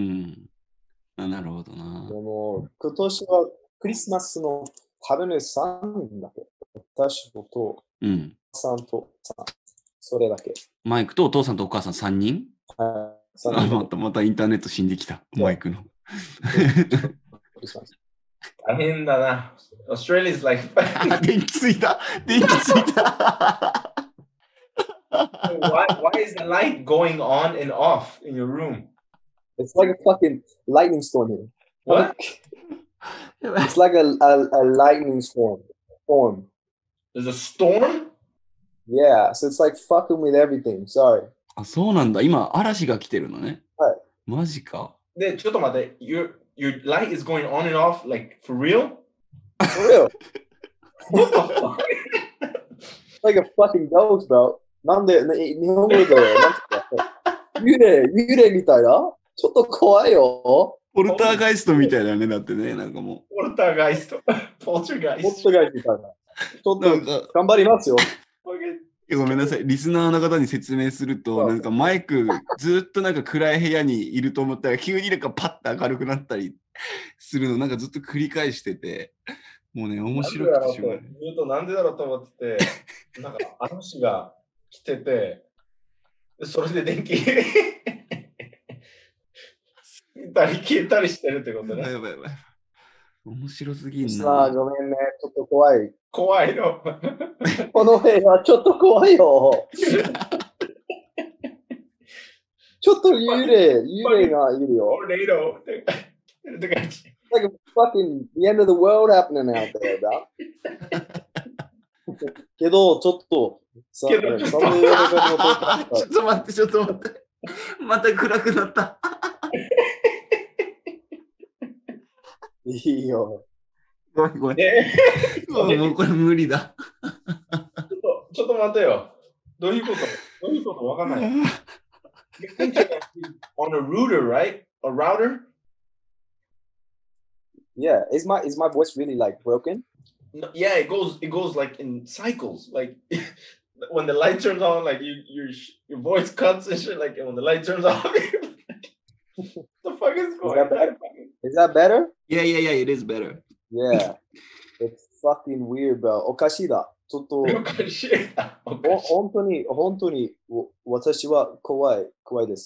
あ、なるほどな。 でも、今年はクリスマスの多分ね、さんにんだけ。私と、 うん。 さんとさん。それだけ。 マイクとお父さんとお母さんさんにん？ はい。さんあ、また、またインターネット死んできた。マイクの。 大変だな。Australia is like 電気ついた電気ついた why, why is the light going on and off in your room? It's like a fucking lightning storm here. What? It's like a, a, a lightning storm. Storm. There's a storm? Yeah, so it's like fucking with everything. Sorry. あ、そうなんだ。今、嵐が来てるのね。 はい。 マジか。 で、ちょっと待って。Your, your light is going on and off, like, for real? For real? What the fuck? Like a fucking ghost, bro. なんで、ね、日本語で、なんて幽霊、幽霊みたいなちょっと怖いよ。 ポルターガイストみたいだね。だってね、なんかもう。 ポルターガイスト。ポルターガイスト。 ポルターガイストみたいな。ちょっと頑張りますよ。 ごめんなさい。リスナーの方に説明すると、なんかマイクずっとなんか暗い部屋にいると思ったら、急になんかパッと明るくなったりするの、なんかずっと繰り返してて、もうね、面白くてしょうがない。 言うとなんでだろうと思ってて、なんか嵐が来てて、それで電気消えたり消えたりしてるってことね。 やばいやばい。面白すぎんな。 さあ、ごめんね。ちょっと怖い。 怖いの。 この部屋ちょっと怖いよ。ちょっと幽霊、幽霊がいるよ。 Tornado って感じ。 Like a fucking the end of the world happening out there, bro. けど、ちょっと、さけどちょっとその上の方のちょっと待って、ちょっと待って。また暗くなった。 いいよ。 ごめんごめん。えー、もうこれ無理だ。 ちょっと、ちょっと待てよ。どういうことどういうことわかんない。On a router, right? A router? Yeah, is my is my voice really like broken? No, yeah, it goes it goes like in cycles. Like when the light turns on, like you your your voice cuts and shit. Like when the light turns off, what the fuck is going on? Is that better? Is that better? Yeah, yeah, yeah. It is better. Yeah, it's fucking weird, bro. おかしいだ。ちょっとおかしいだ。 本当に本当に私は怖い怖いです。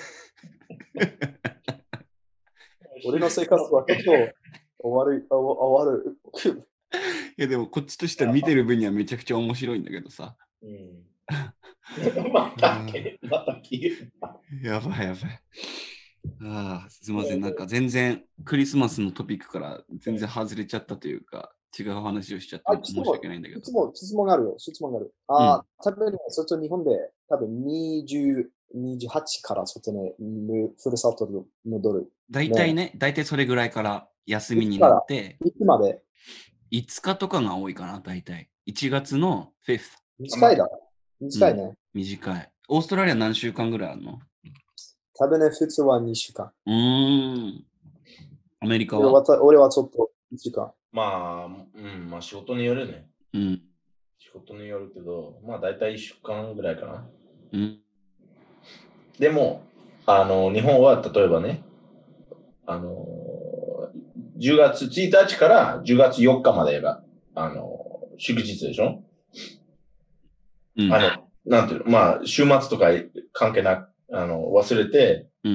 俺の生活はちょっと終わる、終わる。 いやでもこっちとしては見てる分にはめちゃくちゃ面白いんだけどさ。 うん、またまた消えた。 やばいやばい。ああ、すみません。なんか全然クリスマスのトピックから全然外れちゃったというか、違う話をしちゃって申し訳ないんだけど。 質問、質問があるよ。質問がある。ああ、うん、多分ね、そっち日本で多分にじゅう、にじゅうはちからそっちね、ふるさとに戻る。 大体ね、大体それぐらいから休みになって、 いつまで ? いつかとかが多いかな、大体。いちがつのフィフス。 短いだ。短いね、うん。 短い。オーストラリア何週間ぐらいあるの？ 多分ね、普通はにしゅうかん。 うーん。アメリカは俺はちょっといちしゅうかん。 まあ、うん、まあ仕事によるね。 うん。 仕事によるけど、まあ大体いっしゅうかんぐらいかな。 うん。 でも、あの、日本は例えばね、あの、じゅうがつついたちからじゅうがつよっかまでが、あの、祝日でしょ、うん、あの、なんていうの、まあ、週末とか関係なく、あの、忘れて、 うん。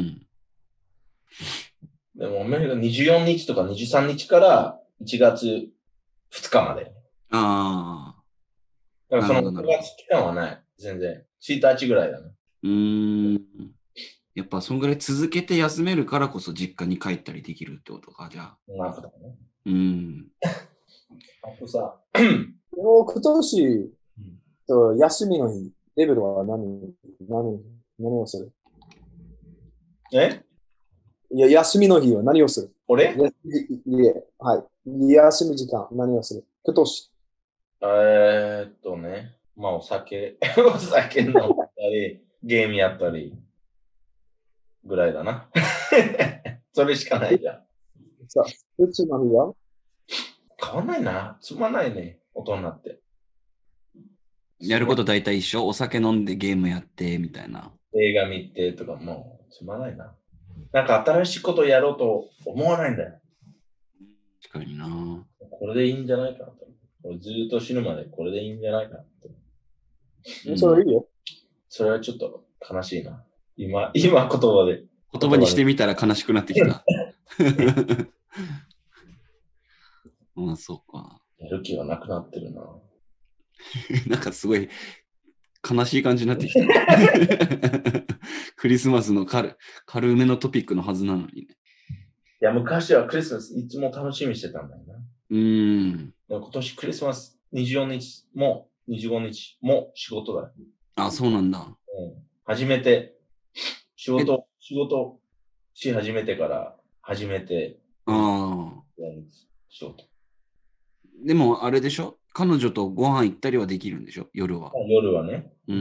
でも、アメリカにじゅうよっかとかにじゅうさんにちからいちがつふつかまで。 ああ。 だからそのくがつ期間はない。全然。ついたちぐらいだね。 うーん。やっぱそんぐらい続けて休めるからこそ実家に帰ったりできるってことか、じゃあ。 なるほどね。 うん。 あとさ、 でも今年、と休みの日、デビルは何、何、何をするえいや、休みの日は何をする俺いや、いやはい。休み時間、何をする今年。 えーっとね、まあお酒、お酒飲んだり、ゲームやったり、ぐらいだな。それしかないじゃん。 さあ、普通の日は変わんないな。つまないね、大人になって。 やること大体一緒。お酒飲んでゲームやってみたいな。 映画見てとかもうつまないな。なんか新しいことやろうと思わないんだよ。 確かにな。 これでいいんじゃないかなと。俺ずっと死ぬまでこれでいいんじゃないかなと。 うん、それいいよ。 それはちょっと悲しいな。今、今言葉で。 言葉にしてみたら悲しくなってきた。まあ、そうか。 やる気はなくなってるな。 なんかすごい悲しい感じになってきた。クリスマスの軽軽めのトピックのはずなのにね。いや、昔はクリスマスいつも楽しみにしてたんだよな。 うーん。 でも今年クリスマスにじゅうよっかもにじゅうごにちも仕事だ。 あ、そうなんだ。 うん、初めて仕事、仕事し始めてから初めてああ。 仕事。 でもあれでしょ彼女とご飯行ったりはできるんでしょ夜は。 夜はね。 うん。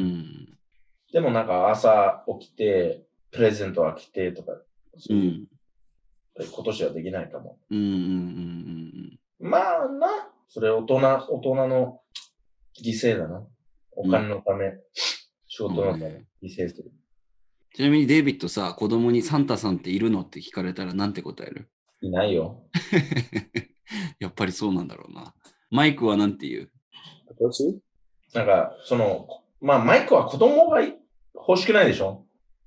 でもなんか朝起きて、プレゼントは来てとか、 うん、 今年はできないかも。 うんうんうんうんうん。まあな、それ大人、大人の犠牲だな。お金のため、うん、仕事のため、犠牲する。 ちなみにデイビッドさ、子供にサンタさんっているのって聞かれたらなんて答える？ いないよ。 やっぱりそうなんだろうな。マイクはなんて言う？ 私なんか、その、まあマイクは子供が欲しくないでしょ？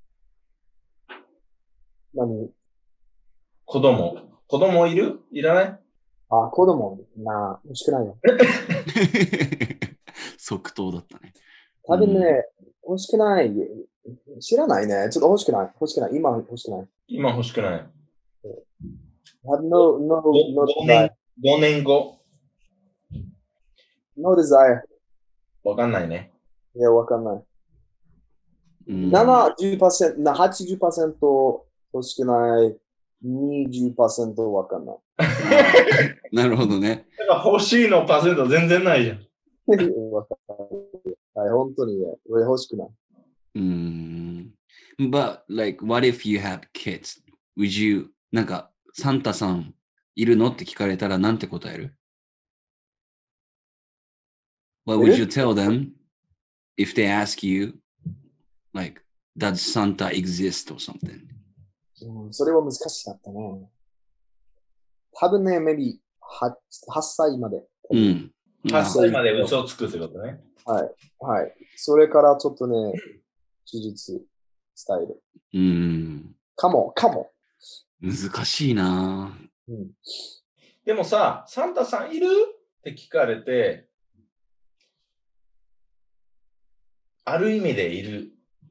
何子供。子供いる？いらない？ あ、子供な、欲しくないよ。 即答だったね。 多分ね、うん、欲しくない。知らないね。ちょっと欲しくない。欲しくない。今欲しくない。 今欲しくない。 have no, no, no ごねん、ごねんご。 No desire. わかんないね。 いや、わかんない。ななじゅっパーセント、はちじゅっパーセント欲しくない。にじゅっパーセントわかんない。 なるほどね。 だから欲しいのパーセント全然ないじゃん。 はい、本当にね、欲しくない。 うん。But, like, what if you have kids? Would you, なんか、サンタさんいるのって聞かれたらなんて答える？ What would you tell them if they ask you, like, does Santa exist or something? うん、それは難しかったね。多分ね、maybe はっさいまで。 うん。 はっさいまで嘘をつくってことね。 はい。はい。それからちょっとね、事実伝える。 うん。 かも、かも。 難しいな、 うん、 でもさ、サンタさんいるって聞かれて、ある意味でいる。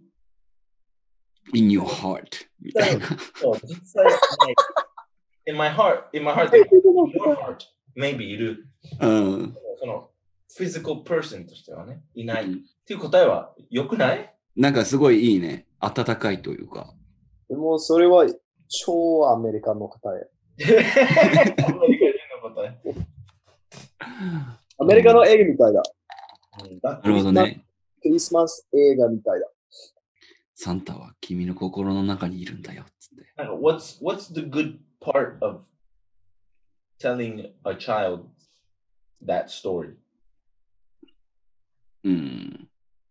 in your heart みたいな。 そう、実際、in my heart, in my heart, in your heart, maybe いる。 うん。 その、physical person としてはね、いない。うん、っていう答えは良くない？ なんかすごいいいね。温かいというか。 でもそれは超アメリカの答え。アメリカ人の答え。アメリカの映画みたいだ。 うん、なるほどね。 クリスマス映画みたいだ。 サンタは君の心の中にいるんだよ。つって。 なんか what's, what's the good part of telling a child that story? うん。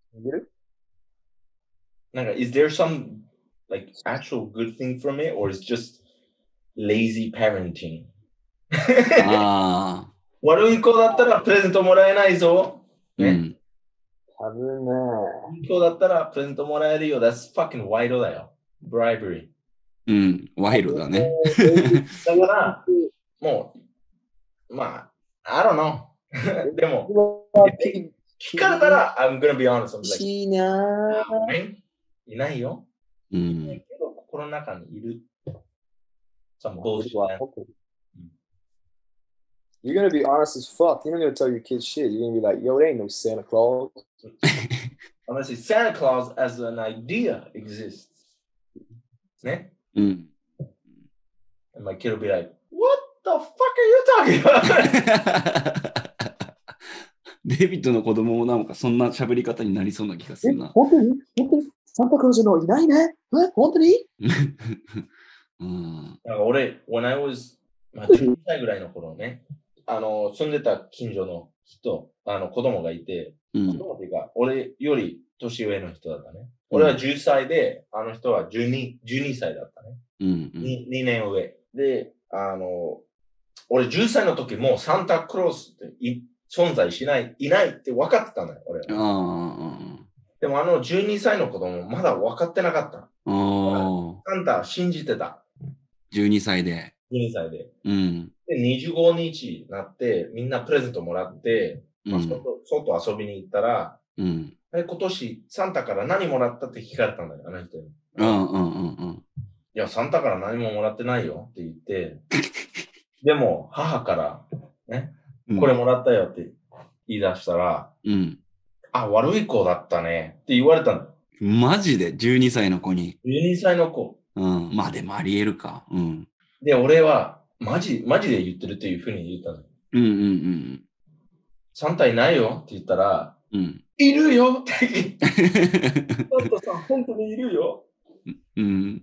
なんか is there some like actual good thing from it or is just lazy parenting? ああ。 悪い子だったらプレゼントもらえないぞ。ね。うん、 多分ね。 いい子だったらプレゼントもらえるよ。That's fucking 賄賂だよ。bribery。 うん、賄賂だね。 だから、もう、まあ、I don't know. でも、聞かれたら、I'm gonna be honest. I'm like, いなぁ。 いないよ。 うん。 けど心の中にいる。Some bullshit. You're gonna be honest as fuck. You're not gonna tell your kids shit. You're gonna be like, yo, it ain't no Santa Claus. I'm gonna say Santa Claus as an idea exists. ね。 うん。 And my kid will be like, what the fuck are you talking about? デイビッドの子供もなんかそんな喋り方になりそうな気がするな。 え、本当に本当にサンタクロースのいないねえ、本当にうん、 なんか俺、when I was、まあ、じゅっさいぐらいの頃ね、あの、住んでた近所の人、あの、子供がいて、 うん、 子供っていうか、俺より年上の人だったね。俺はじゅっさいで、あの人はじゅうに、じゅうにさいだったね。 うんうん、 に, にねん上。で、あの、俺じゅっさいの時もサンタクロースってい存在しない、いないって分かってたんだよ、俺は。 あでもあのじゅうにさいの子供まだ分かってなかった。 あサンタ信じてた。 じゅうにさいで。 じゅうにさいで。 うん、 で、にじゅうごにちになって、みんなプレゼントもらって、まあ、外、うん、外遊びに行ったら、 うん、 今年サンタから何もらったって聞かれたんだよ、あの人に。 うんうんうんうん。 いや、サンタから何ももらってないよって言って、でも母からね、これもらったよって言い出したら、 うん、 あ、悪い子だったねって言われたんだよ。 マジでじゅうにさいの子に。 じゅうにさいの子。 うん、まあでもあり得るか。うん。 で、俺は、マジ、マジで言ってるっていうふうに言ったの。 うんうんうん。 サンタいないよって言ったら、 うん、 いるよって言って。サンタさん、本当にいるよ。 うん。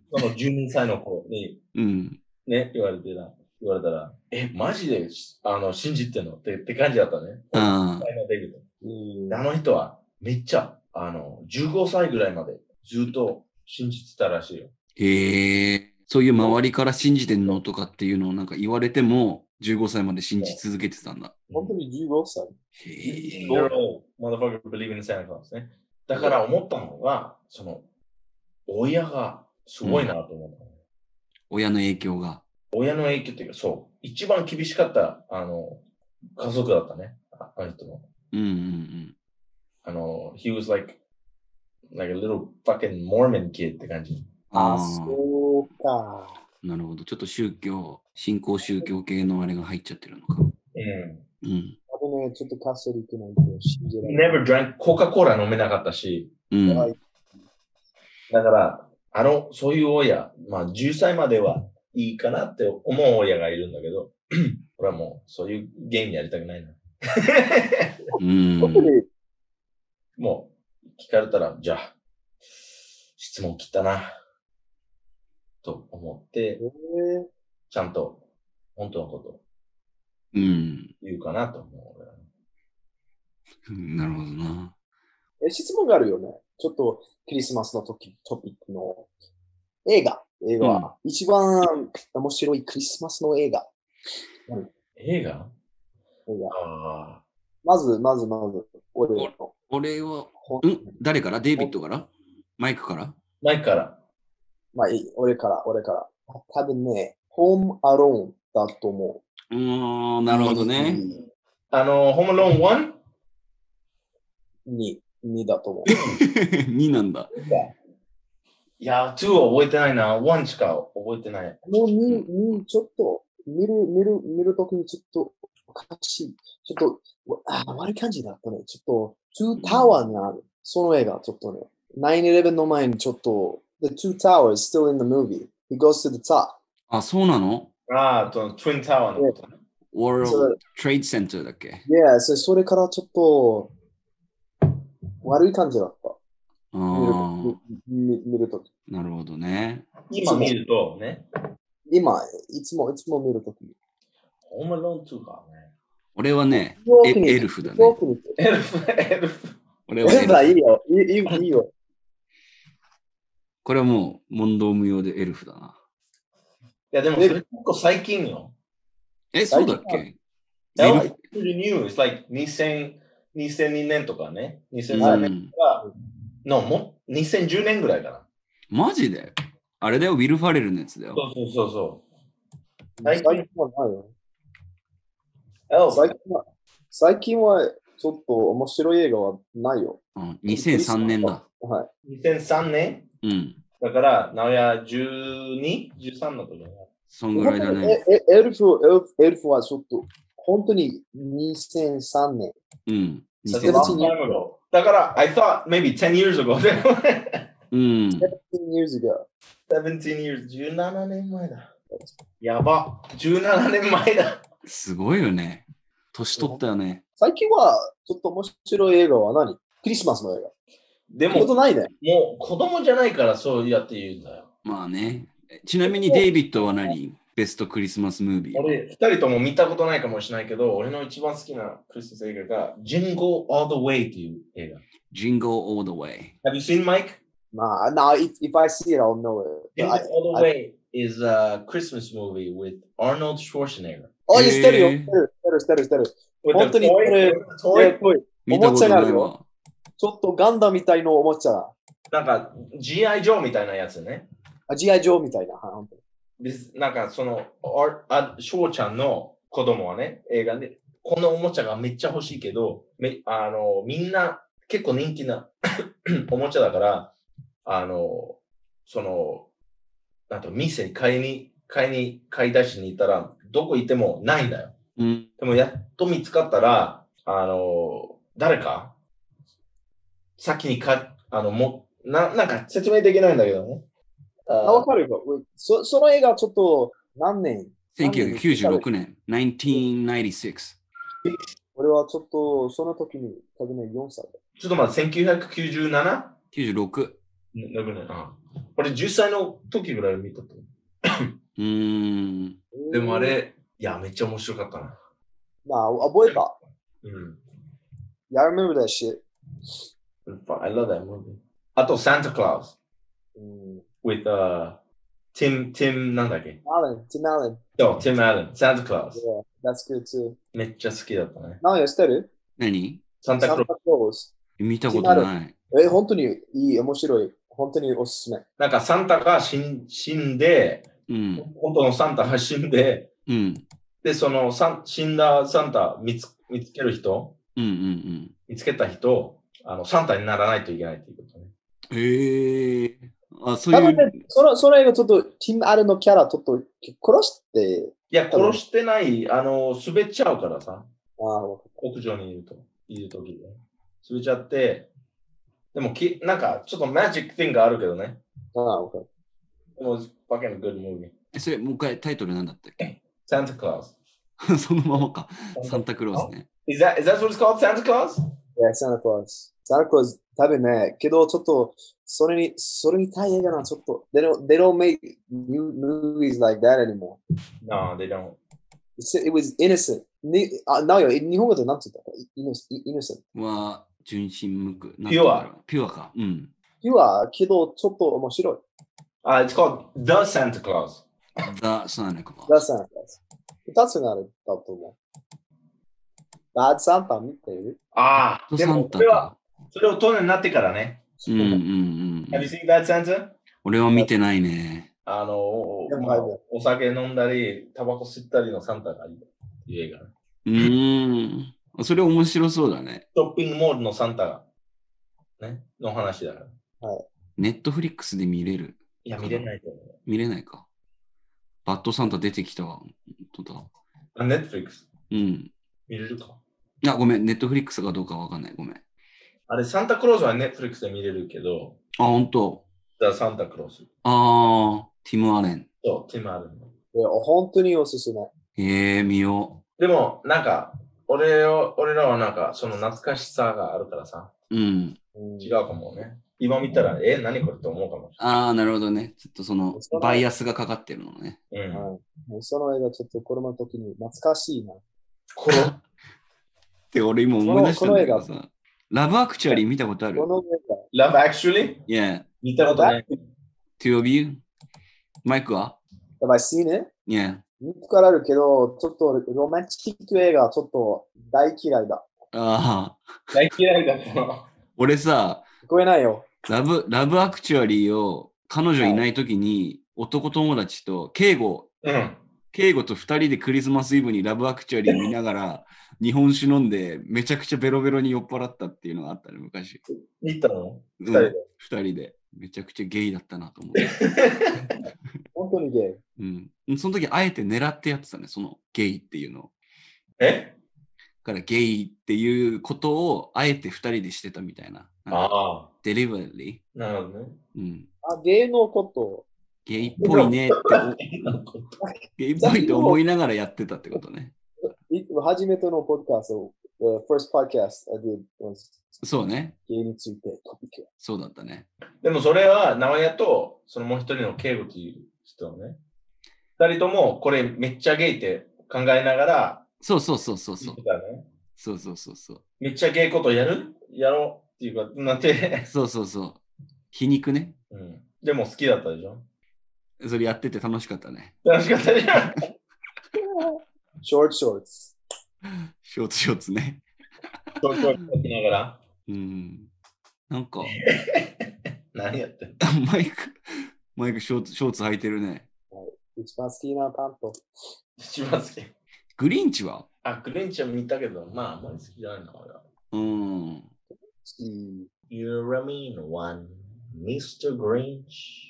そのじゅうにさいの子に、 うん、 ね、言われてな、言われたら、え、マジで、あの、信じてんのってって感じだったね。 ああ。 あの人は、めっちゃ、あの、じゅうごさいぐらいまでずっと信じてたらしいよ。 へえ。そういう周りから信じてんのとかっていうのをなんか言われても、じゅうごさいまで信じ続けてたんだ。 本当にじゅうごさい。 へえ。 motherfucker believe in Santa Claus ね。だから思ったのが、その、親がすごいなと思った、うん。 親の影響が。 親の影響っていうか、そう。一番厳しかった、あの、家族だったね。あの人の。 うんうんうん。 あの、he was like, like a little fucking Mormon kid って感じ。 あ、そうか。 なるほど。ちょっと宗教、新興宗教系のあれが入っちゃってるのか。うん。うん。 あとね、ちょっとカソリックなんて信じられない。never drank コカ・コーラ飲めなかったし。 うん。 だから、あの、そういう親、まあじゅっさいまではいいかなって思う親がいるんだけど、俺はもうそういうゲームやりたくないな。 うん。 もう、聞かれたら、じゃあ、質問切ったな。と思って、ちゃんと本当のこと言うかなと思う。うん、なるほどな。 え、質問があるよね。ちょっとクリスマスの時トピックの映画。映画は、うん、一番面白いクリスマスの映画。 うん、映画映画あまず、まず、まず、俺の。 俺は、ん誰からデイビッドからマイクからマイクから。 まあいい、俺から、俺から。多分ね、ホームアローンだと思う。うーん、なるほどね。 あの、ホームアローンワンに、にだと思う。 になんだ。 いや、には覚えてないな。いちしか覚えてない。 もうに、に、ちょっと、見る、見る、見るときにちょっと、おかしい。ちょっと、あ、悪い感じだったね。ちょっと、にタワーにある。その映画、ちょっとね。ナインイレブンの前にちょっと、The two towers still in the movie. He goes to the top. あ、そうなのああ、と、Twin Tower のことね。 World Trade Center だっけ Yeah, それからちょっと、悪い感じだった。 ああ。 見るとき。 なるほどね。 今見るとね。 今、いつも、いつも見るとき。 ホームアローンツーかね。 俺はね、エルフだね。 エルフ、エルフ。 俺はエルフ。いいよ、いいよ。 これはもう問答無用でエルフだな。 いや、でもそれ結構最近よ。 え、そうだっけエルフ。It's like にせんにねんとかね。にせんさんねんとかの、もにせんじゅうねんぐらいかな。 マジであれだよ、ウィル・ファレルのやつだよ。 そうそうそうそう。 最近はないよ。最近は、最近はちょっと面白い映画はないよ。 うん、にせんさんねんだ。 はい。 にせんさんねんうん。 だから、なおやじゅうに、じゅうさんの時だな。 そんぐらいだね。 え、エルフ、エルフ、エルフはちょっと本当ににせんさんねん。 うん。 That's a long time ago. だから、I thought maybe ten years ago. うん。 seventeen years ago. seventeen years. じゅうななねんまえだ。やば。じゅうななねんまえだ。 すごいよね。年取ったよね。 最近はちょっと面白い映画は何？クリスマスの映画。 でも、 ことないね。 もう子供じゃないからそうやって言うんだよ。 まあね。ちなみにデイビッドは何？ベストクリスマスムービー。 俺、二人とも見たことないかもしれないけど、俺の一番好きなクリスマス映画が Jingle All the Way っていう映画。 Jingle All the Way. Have you seen Mike? Nah, nah, if, if I see it, I'll know it. Jingle I, All the Way is a Christmas movie with Arnold Schwarzenegger. あ、知ってるよ。知ってる、知ってる、知ってる。本当にこれ、おもちゃがあるよ。ちょっとガンダみたいのおもちゃ。 なんか ジーアイ ジョーみたいなやつね。 あ、ジーアイ ジョーみたいな。はい、本当に。 なんかその、あ、ショウちゃんの子供はね、映画で、このおもちゃがめっちゃ欲しいけど、めあのみんな結構人気なおもちゃだから、あの、その、なんと店に買いに、買いに、買い出しに行ったら、どこ行ってもないんだよ。 うん、 でもやっと見つかったら、あの、誰か先にか、あの、も、な、なんか説明できないんだけどね。 あ、わかるよ。そ, その映画ちょっと何年 ? せんきゅうひゃくきゅうじゅうろくねん。せんきゅうひゃくきゅうじゅうろく。 俺はちょっとその時に多分よんさいだ。 ちょっと待って、せんきゅうひゃくきゅうじゅうなな? きゅうじゅうろく。 ろくねん。ああ、俺じゅっさいの時ぐらい見たと。 うーん。 でもあれ、いや、めっちゃ面白かったな。 まあ、覚えた。 うん。 Yeah, I remember that shit. I love that movie. あと、Santa Claus. うん。 with uh, Tim, Tim なんだっけ Allen, Tim Allen. そう、Tim Allen, Santa Claus. Yeah, that's good too. めっちゃ好きだったね。 何やしてる？ 何？ サンタクロース。 サンタクロース。 見たことない。 え、本当にいい、面白い。本当におすすめ。 なんかサンタが死ん死んで、 うん、 本当のサンタが死んで、 うん、 で、そのサン死んだサンタ見つ見つける人、 うんうんうん、 見つけた人、あのサンタにならないといけないっていうことね。 へえー。あ、そういう。 ね、そのその映画ちょっと、ティム・アレンのキャラちょっと殺して。 いや、殺してない、あの、滑っちゃうからさ。 ああ、 屋上にいると、いるときで。滑っちゃって、でもき、なんか、ちょっとマジック thing があるけどね。 ああ、OK。 でも、fucking good movie。 え、それ、もう一回タイトルなんだったっけ？ Santa Claus。 そのままか。サンタクロースね。 Is that, is that what it's called? Santa Claus? Yeah, Santa Claus. Santa Claus、多分ね、けどちょっと、それに、それに対映画な、ちょっと、they don't, they don't make new movies like that anymore. No, they don't. It was innocent. にあ、なおよ、日本語で何て言ったか innocent。 は、純真無垢。 ピュア。 ピュアか。うん。 ピュア、けどちょっと面白い。 Uh, it's called The Santa Claus. The Santa Claus. The Santa Claus。二つがあるだと思う。バッドサンタ見てる？ ああ、でもそれは、それを大人になってからね。 うんうんうん。 Have you seen Bad Santa? 俺は見てないね。 あの、まあ、お酒飲んだり、タバコ吸ったりのサンタがいい映画。 うーん。それ面白そうだね。 ショッピングモールのサンタが、ね、の話だから。 はい。 ネットフリックスで見れる？ いや、見れないと思う。 見れないか。バッドサンタ出てきたわ。本当だ。 あ、ネットフリックス。 うん。 見れるか。 あ、ごめん。ネットフリックスかどうかわかんない。ごめん。 あれ、サンタクロースはネットフリックスで見れるけど。 あ、ほんと。 ザ・サンタクロース。 ああ、ティム・アレン。 そう、ティム・アレンの。 いや、本当におすすめ。 ええー、見よう。でも、なんか、俺を、俺らはなんか、その懐かしさがあるからさ。 うん。 違うかもね。今見たら、え、何これと思うかもしれない。ああ、なるほどね。ちょっとその、バイアスがかかってるのね。 うん。 はい、その映画ちょっと子供の時に懐かしいな。 このって俺今思い出したんだけどさ。ラブアクチュアリー見たことある？ ラブアクチュアリー Yeah. 見たことない。 Two of you? マイクは Have I seen it? Yeah. 見つからるけど、ちょっとロマンチック映画ちょっと大嫌いだ。 ああ。 大嫌いだったの。 俺さ、 聞こえないよ。 ラブ、ラブアクチュアリーを彼女いないときに、男友達と敬語、 うん、 敬語と二人でクリスマスイブにラブアクチュアリー見ながら日本酒飲んでめちゃくちゃベロベロに酔っ払ったっていうのがあったね、昔。 見たの？二人で。二人で。めちゃくちゃゲイだったなと思って。 本当にゲイ。 うん。その時あえて狙ってやってたね、そのゲイっていうのを。 えからゲイっていうことをあえて二人でしてたみたいな。 ああ。 デリバリー。なるほどね。 うん。 あ、ゲイのこと。 ゲイっぽいねってお、ゲイっぽいって思いながらやってたってことね。 初めてのポッドキャスト、the first podcast I did was そうね。 ゲイについてトピック。 そうだったね。 でもそれは、直哉と、そのもう一人の敬語という人ね。二人とも、これめっちゃゲイって考えながら、 そうそうそうそうそう。 ね、 そうそうそうそう。 めっちゃゲイことやるやろうっていうか、なんて。 そうそうそう。皮肉ね。 うん。でも好きだったでしょ。 それやってて楽しかったね。 楽しかったじゃん。 ショーツショーツ。 ショーツショーツね。 ショーツショーツ書きながら。 うん。なんか。 何やってんのマイク、マイクショーツ、ショーツ履いてるね。 一番好きなパント。 一番好き。 グリンチはあ、グリンチは見たけど、まあ、あんまり好きじゃないな、俺は。 うん。 You mean one, Mister Grinch?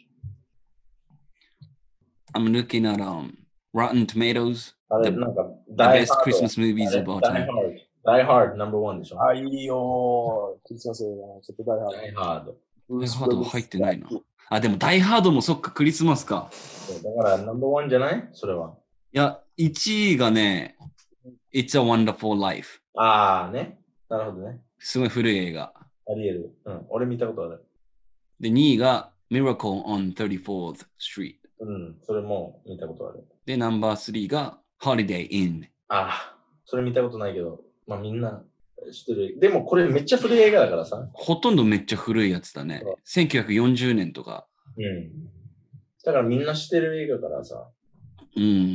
I'm looking at um, Rotten Tomatoes. あれ、 The, なんか、 the ダイ best ハード Christmas movies of all Die time. Hard. Die Hard,ナンバーワンでしょ。 あ、いいよ。クリスマス映画。ちょっと大ハード。 ダイハード。 ダイハードは入ってないな。あ、でもダイハードもそっか、クリスマスか。 だから、ナンバーワンじゃないそれは。 いや、いちいがね、It's a Wonderful Life。 ああ、ね。なるほどね。 すごい古い映画。 あり得る。うん。俺見たことある。 で、にいが Miracle on サーティーフォース Street。 うん。それも見たことある。 で、ナンバースリーが Holiday Inn。 ああ、それ見たことないけど、まあみんな知ってる。でもこれめっちゃ古い映画だからさ。 ほとんどめっちゃ古いやつだね。せんきゅうひゃくよんじゅうねんとか。 うん。だからみんな知ってる映画からさ。 うん。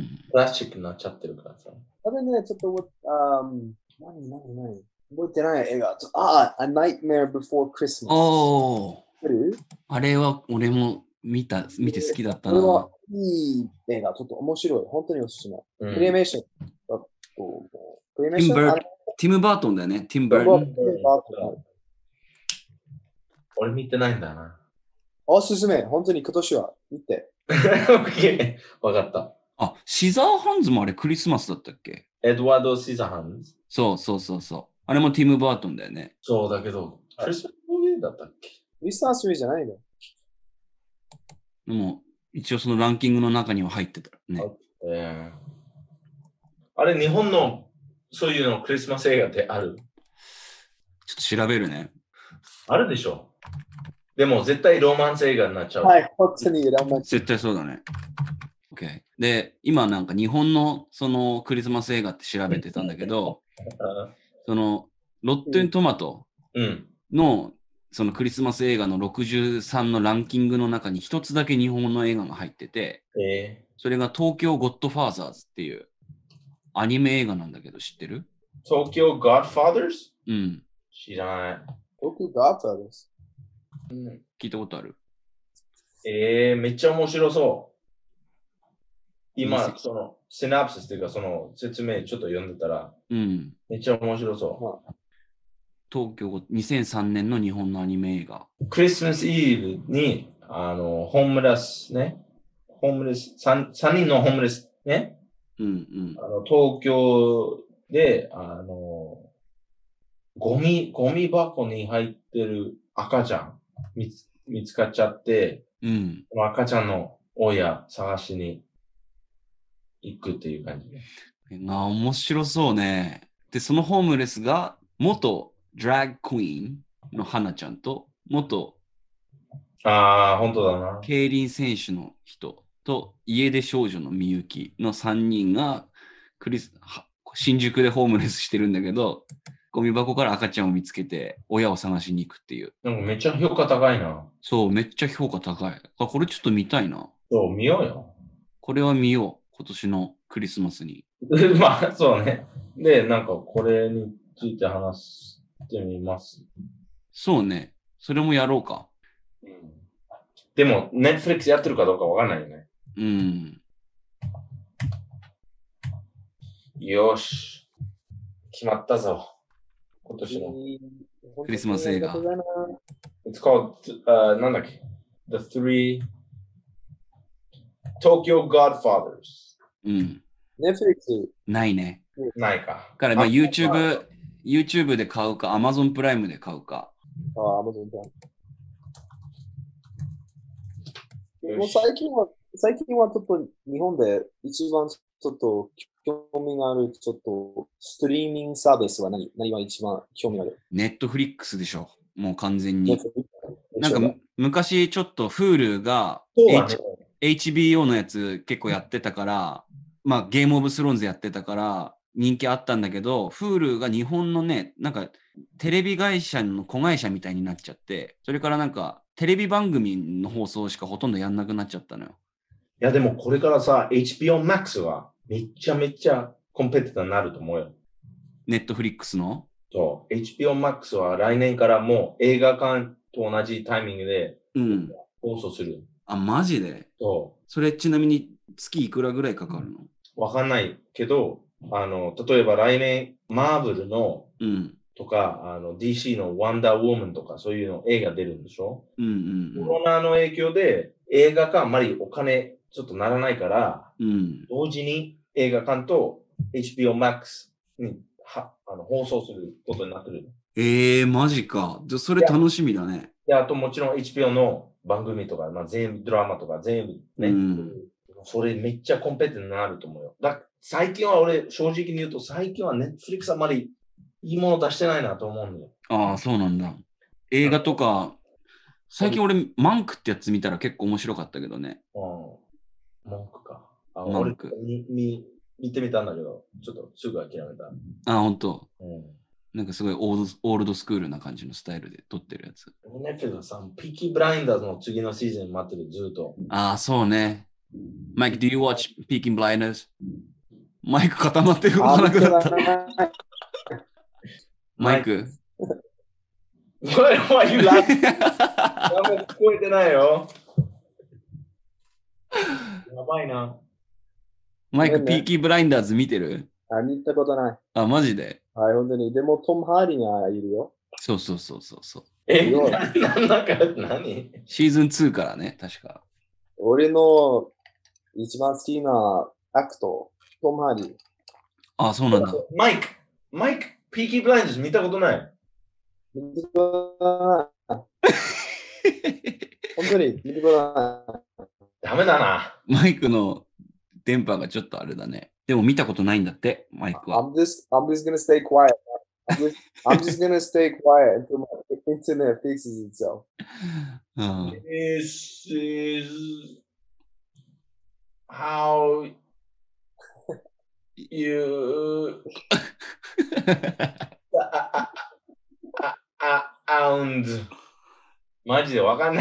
プラスチックになっちゃってるからさ。 あれね、ちょっと、あ、何、何、何。覚えてない映画。あ、A Nightmare Before Christmas。 おー。あれは俺も見た、見て好きだったな。 これはいい映画、ちょっと面白い。本当におすすめ。うん、プレイメーション。 プレイメーションティム・バートンだよね。ティム・バートン。 俺見てないんだな。 おすすめ。本当に今年は見て。 わかった。 あ、シザーハンズもあれクリスマスだったっけ？ エドワード・シザーハンズ。 そうそうそうそう。あれもティム・バートンだよね。 そうだけど、クリスマスムービーだったっけ？ クリスマスムービーじゃないの？ でも、一応そのランキングの中には入ってたね。 えー、あれ、日本のそういうのクリスマス映画ってある？ ちょっと調べるね。 あるでしょ。でも絶対ロマンス映画になっちゃう。 はい、本当にロマンス。 絶対そうだね。OK。で、今なんか日本のそのクリスマス映画って調べてたんだけど、そのロッテントマトのそのクリスマス映画のろくじゅうさんのランキングの中に一つだけ日本の映画が入ってて、 えー、 それが東京ゴッドファーザーズっていうアニメ映画なんだけど知ってる？ 東京ゴッドファーザーズ？ うん。 知らない。 東京ゴッドファーザーズ？ うん。聞いたことある？ えー、めっちゃ面白そう。今、そのシナプシスっていうかその説明ちょっと読んでたら、 うん、 めっちゃ面白そう。 東京にせんさんねんの日本のアニメ映画。 クリスマスイブに、あの、ホームレスね、ホームレス、3, 3人のホームレスね、 うんうん、 あの東京で、あの、ゴミ、ゴミ箱に入ってる赤ちゃん見つ、見つかっちゃって、 うん、 その赤ちゃんの親探しに行くっていう感じね。 あ、面白そうね。で、そのホームレスが元ドラッグクイーンの花ちゃんと元ああ、本当だな。 競輪選手の人と家出少女のみゆきのさんにんがクリス新宿でホームレスしてるんだけど、ゴミ箱から赤ちゃんを見つけて親を探しに行くっていう。 なんかめっちゃ評価高いな。 そう、めっちゃ評価高い。あ、これちょっと見たいな。 そう、見ようよ。 これは見よう。今年のクリスマスに。 まあ、そうね。で、なんかこれについて話してみます。 そうね。それもやろうか。 うん、でも、ネットフリックスやってるかどうかわかんないよね。 うん。 よし。決まったぞ。今年の。 クリスマス映画。 It's called, uh, なんだっけ ?The Three Tokyo Godfathers。 うん。 ネットフリックスないね。 ないか。 から、まあ、YouTube、YouTube で買うか、Amazon プライムで買うか。 ああ、Amazon プライム。もう最近は、最近はちょっと日本で一番ちょっと興味がある、ちょっとストリーミングサービスは何何が一番興味ある？ ネットフリックスでしょ。もう完全に。なんか昔ちょっと Hulu が、H エイチビーオー のやつ結構やってたから、まあゲームオブスローンズやってたから人気あったんだけど、Hulu が日本のね、なんかテレビ会社の子会社みたいになっちゃって、それからなんかテレビ番組の放送しかほとんどやんなくなっちゃったのよ。 いやでもこれからさ、エイチビーオー Max はめっちゃめっちゃコンペティターになると思うよ。 ネットフリックスのそう、エイチビーオー Max は来年からもう映画館と同じタイミングで放送する。 うん、あ、マジで？ そう。 それちなみに月いくらぐらいかかるの？ わかんないけど、あの、例えば来年、マーブルの、うん、とか、あの、ディーシー のワンダーウォーマンとか、そういうの映画出るんでしょ？うんうんうん、コロナの影響で映画館あんまりお金ちょっとならないから、うん、同時に映画館と エイチビーオー Max にはあの放送することになってる。 ええー、マジか。じゃそれ楽しみだね。 で、あともちろん エイチビーオー の番組とか、まあ、全部ドラマとか全部ね、うん、それめっちゃコンペティになると思うよ。だ最近は俺、正直に言うと、最近は Netflix あまりいいもの出してないなと思うんだよ。 ああ、そうなんだ。映画とか、最近俺、マンクってやつ見たら結構面白かったけどね。 うん。マンクか。あ、マンク。み、み、見てみたんだけど、ちょっとすぐ諦めた。 あ、ほんと。うん。なんかすごいオールド、オールドスクールな感じのスタイルで撮ってるやつ。 ネットフリックスさん、ピーキーブラインダーズの次のシーズン待ってる、ずっと。 ああ、そうね。マイク、do you watch Peaky Blinders? マイク固まって動かなくなった。マイク。 Why are you laughing? 聞こえてないよ。やばいな。 マイク、ピーキーブラインダーズ見てる？ あ、見たことない。 あ、マジで？ はい、本当に。でも、トム・ハーディがいるよ。 そうそうそうそうそう。 え、な、なんか、何？ シーズンツーからね、確か。 俺の一番好きなアクト、トム・ハーディ。 あ、そうなんだ。 マイク、マイク、ピーキーブラインダーズ見たことない。 見たことない。本当に見たことない。 ダメだな。 マイクの電波がちょっとあれだね。でも見たことないんだって、マイクは。 I'm just, I'm just gonna stay quiet. I'm just, I'm just gonna stay quiet until my internet fixes itself. This is how you sound. マジでわかんない。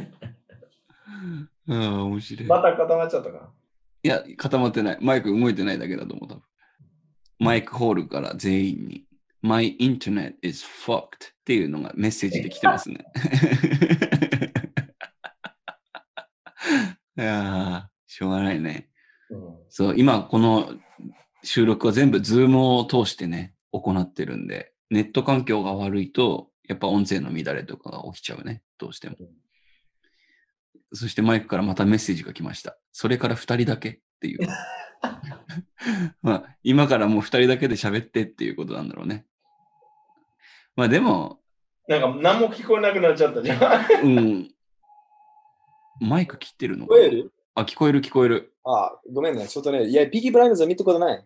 ああ、面白い。 また固まっちゃったか？ いや、固まってない。マイク動いてないだけだと思う。多分マイクホールから全員に My internet is fucked っていうのがメッセージで来てますね。いやしょうがないね、うん。そう、今この収録は全部 Zoom を通してね、行ってるんで、ネット環境が悪いと、やっぱ音声の乱れとかが起きちゃうね。どうしても。そしてマイクからまたメッセージが来ました。それからふたりだけっていう。まあ、今からもうふたりだけで喋ってっていうことなんだろうね。まあでも。 なんか何も聞こえなくなっちゃったじゃん。うん。 マイク切ってるのかな？聞こえる？あ、聞こえる聞こえる。 あ、ごめんね。ちょっとね。いや、ピーキーブラインダーズは見たことない。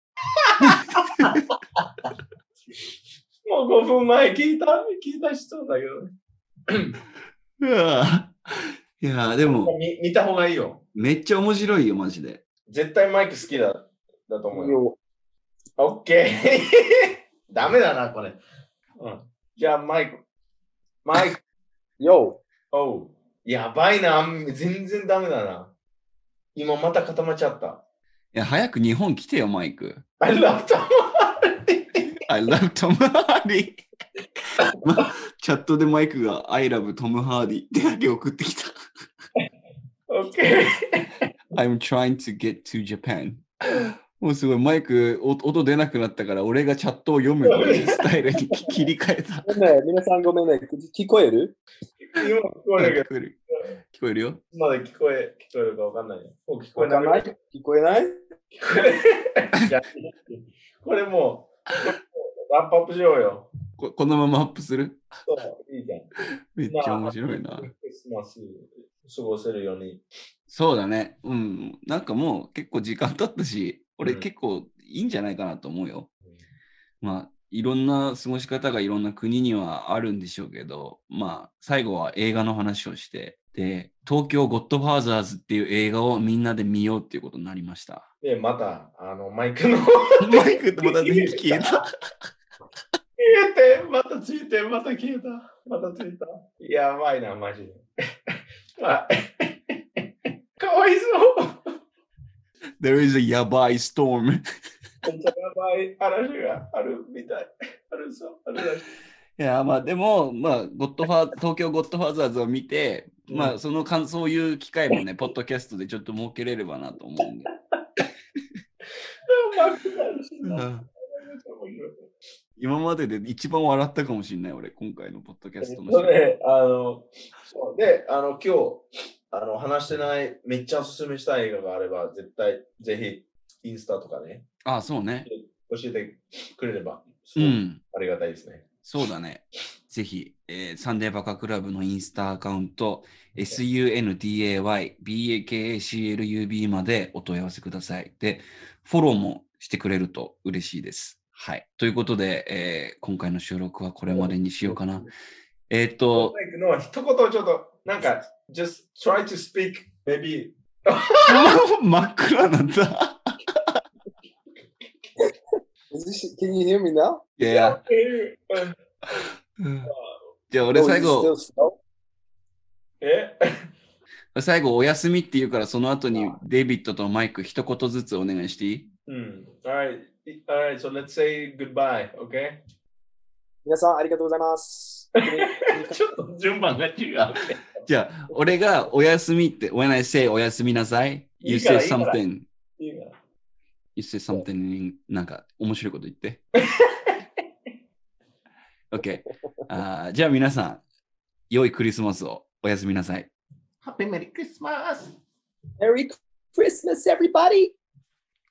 もうごふんまえ聞いた聞いた人だけど。 いや、いやでも見、見た方がいいよ。 めっちゃ面白いよ、マジで。 絶対マイク好きだ、だと思うよ。オッケー。ダメだな、これ。うん、じゃあ、マイク。マイク。 よ。 おう。やばいな。全然ダメだな。今また固まっちゃった。 いや、早く日本来てよ、マイク。 I love Tom Hardy. I love Tom Hardy. ま、チャットでマイクが I love Tom Hardy ってだけ送ってきた。 Okay. I'm trying to get to Japan. もうすごいマイク音出なくなったから俺がチャットを読むっていうスタイルに切り替えた。 ね、皆さんごめんね。聞こえる？ 今聞こえるけど。 聞こえるよ。 まで聞こえ、聞こえるかわかんないよ。もう聞こえない。聞こえない聞こえないこれもう、ラップアップしようよ。 こ, このままアップするそう、いいじゃん。 めっちゃ面白いな。 クリスマス過ごせるように。 そうだね。うん。なんかもう結構時間経ったし、俺結構いいんじゃないかなと思うよ。うん、まあ、いろんな過ごし方がいろんな国にはあるんでしょうけど、まあ、最後は映画の話をして、で、東京ゴッドファーザーズっていう映画をみんなで見ようっていうことになりました。 で、また、あの、マイクのマイクってまた電気消えた。 消えて、またついて、また消えた。またついた。やばいな、マジで。かわいそう。 There is a やばい storm. やばい嵐があるみたい。あるそう。あるらしい。 いや、まあでも、まあ、ゴッドファー東京ゴッドファーザーズを見て、うん、まあ、その感そういう機会もね、ポッドキャストでちょっと設けれればなと思うんで。今までで一番笑ったかもしれない、俺、今回のポッドキャストの。 ね、あのそうで、あの、今日、あの、話してない、めっちゃおすすめしたい映画があれば、絶対、ぜひ、インスタとかね。 ああ、そうね。 教えてくれれば、うん、ありがたいですね。 そうだね。ぜひ、えー、サンデーバカクラブのインスタアカウント、サンデーバカクラブ までお問い合わせください。で、フォローもしてくれると嬉しいです。はい。ということで、えー、今回の収録はこれまでにしようかな。えっと、 の一言ちょっと、なんか、just try to speak, maybe. 真っ暗なんだ。 Can you hear me now? Yeah. じゃあ俺最後、 え最後お休みって言うからその後にデイビッドとマイク一言ずつお願いしていい？ うん。Alright, alright, so let's say goodbye, okay? 皆さんありがとうございます。 ちょっと順番が違う。 じゃあ俺がお休みって、when I say おやすみなさい、you say something. いいから。 You say something なんか面白いこと言って。OK あ。じゃあ皆さん、良いクリスマスをおやすみなさい。 Happy Merry Christmas! Merry Christmas, everybody!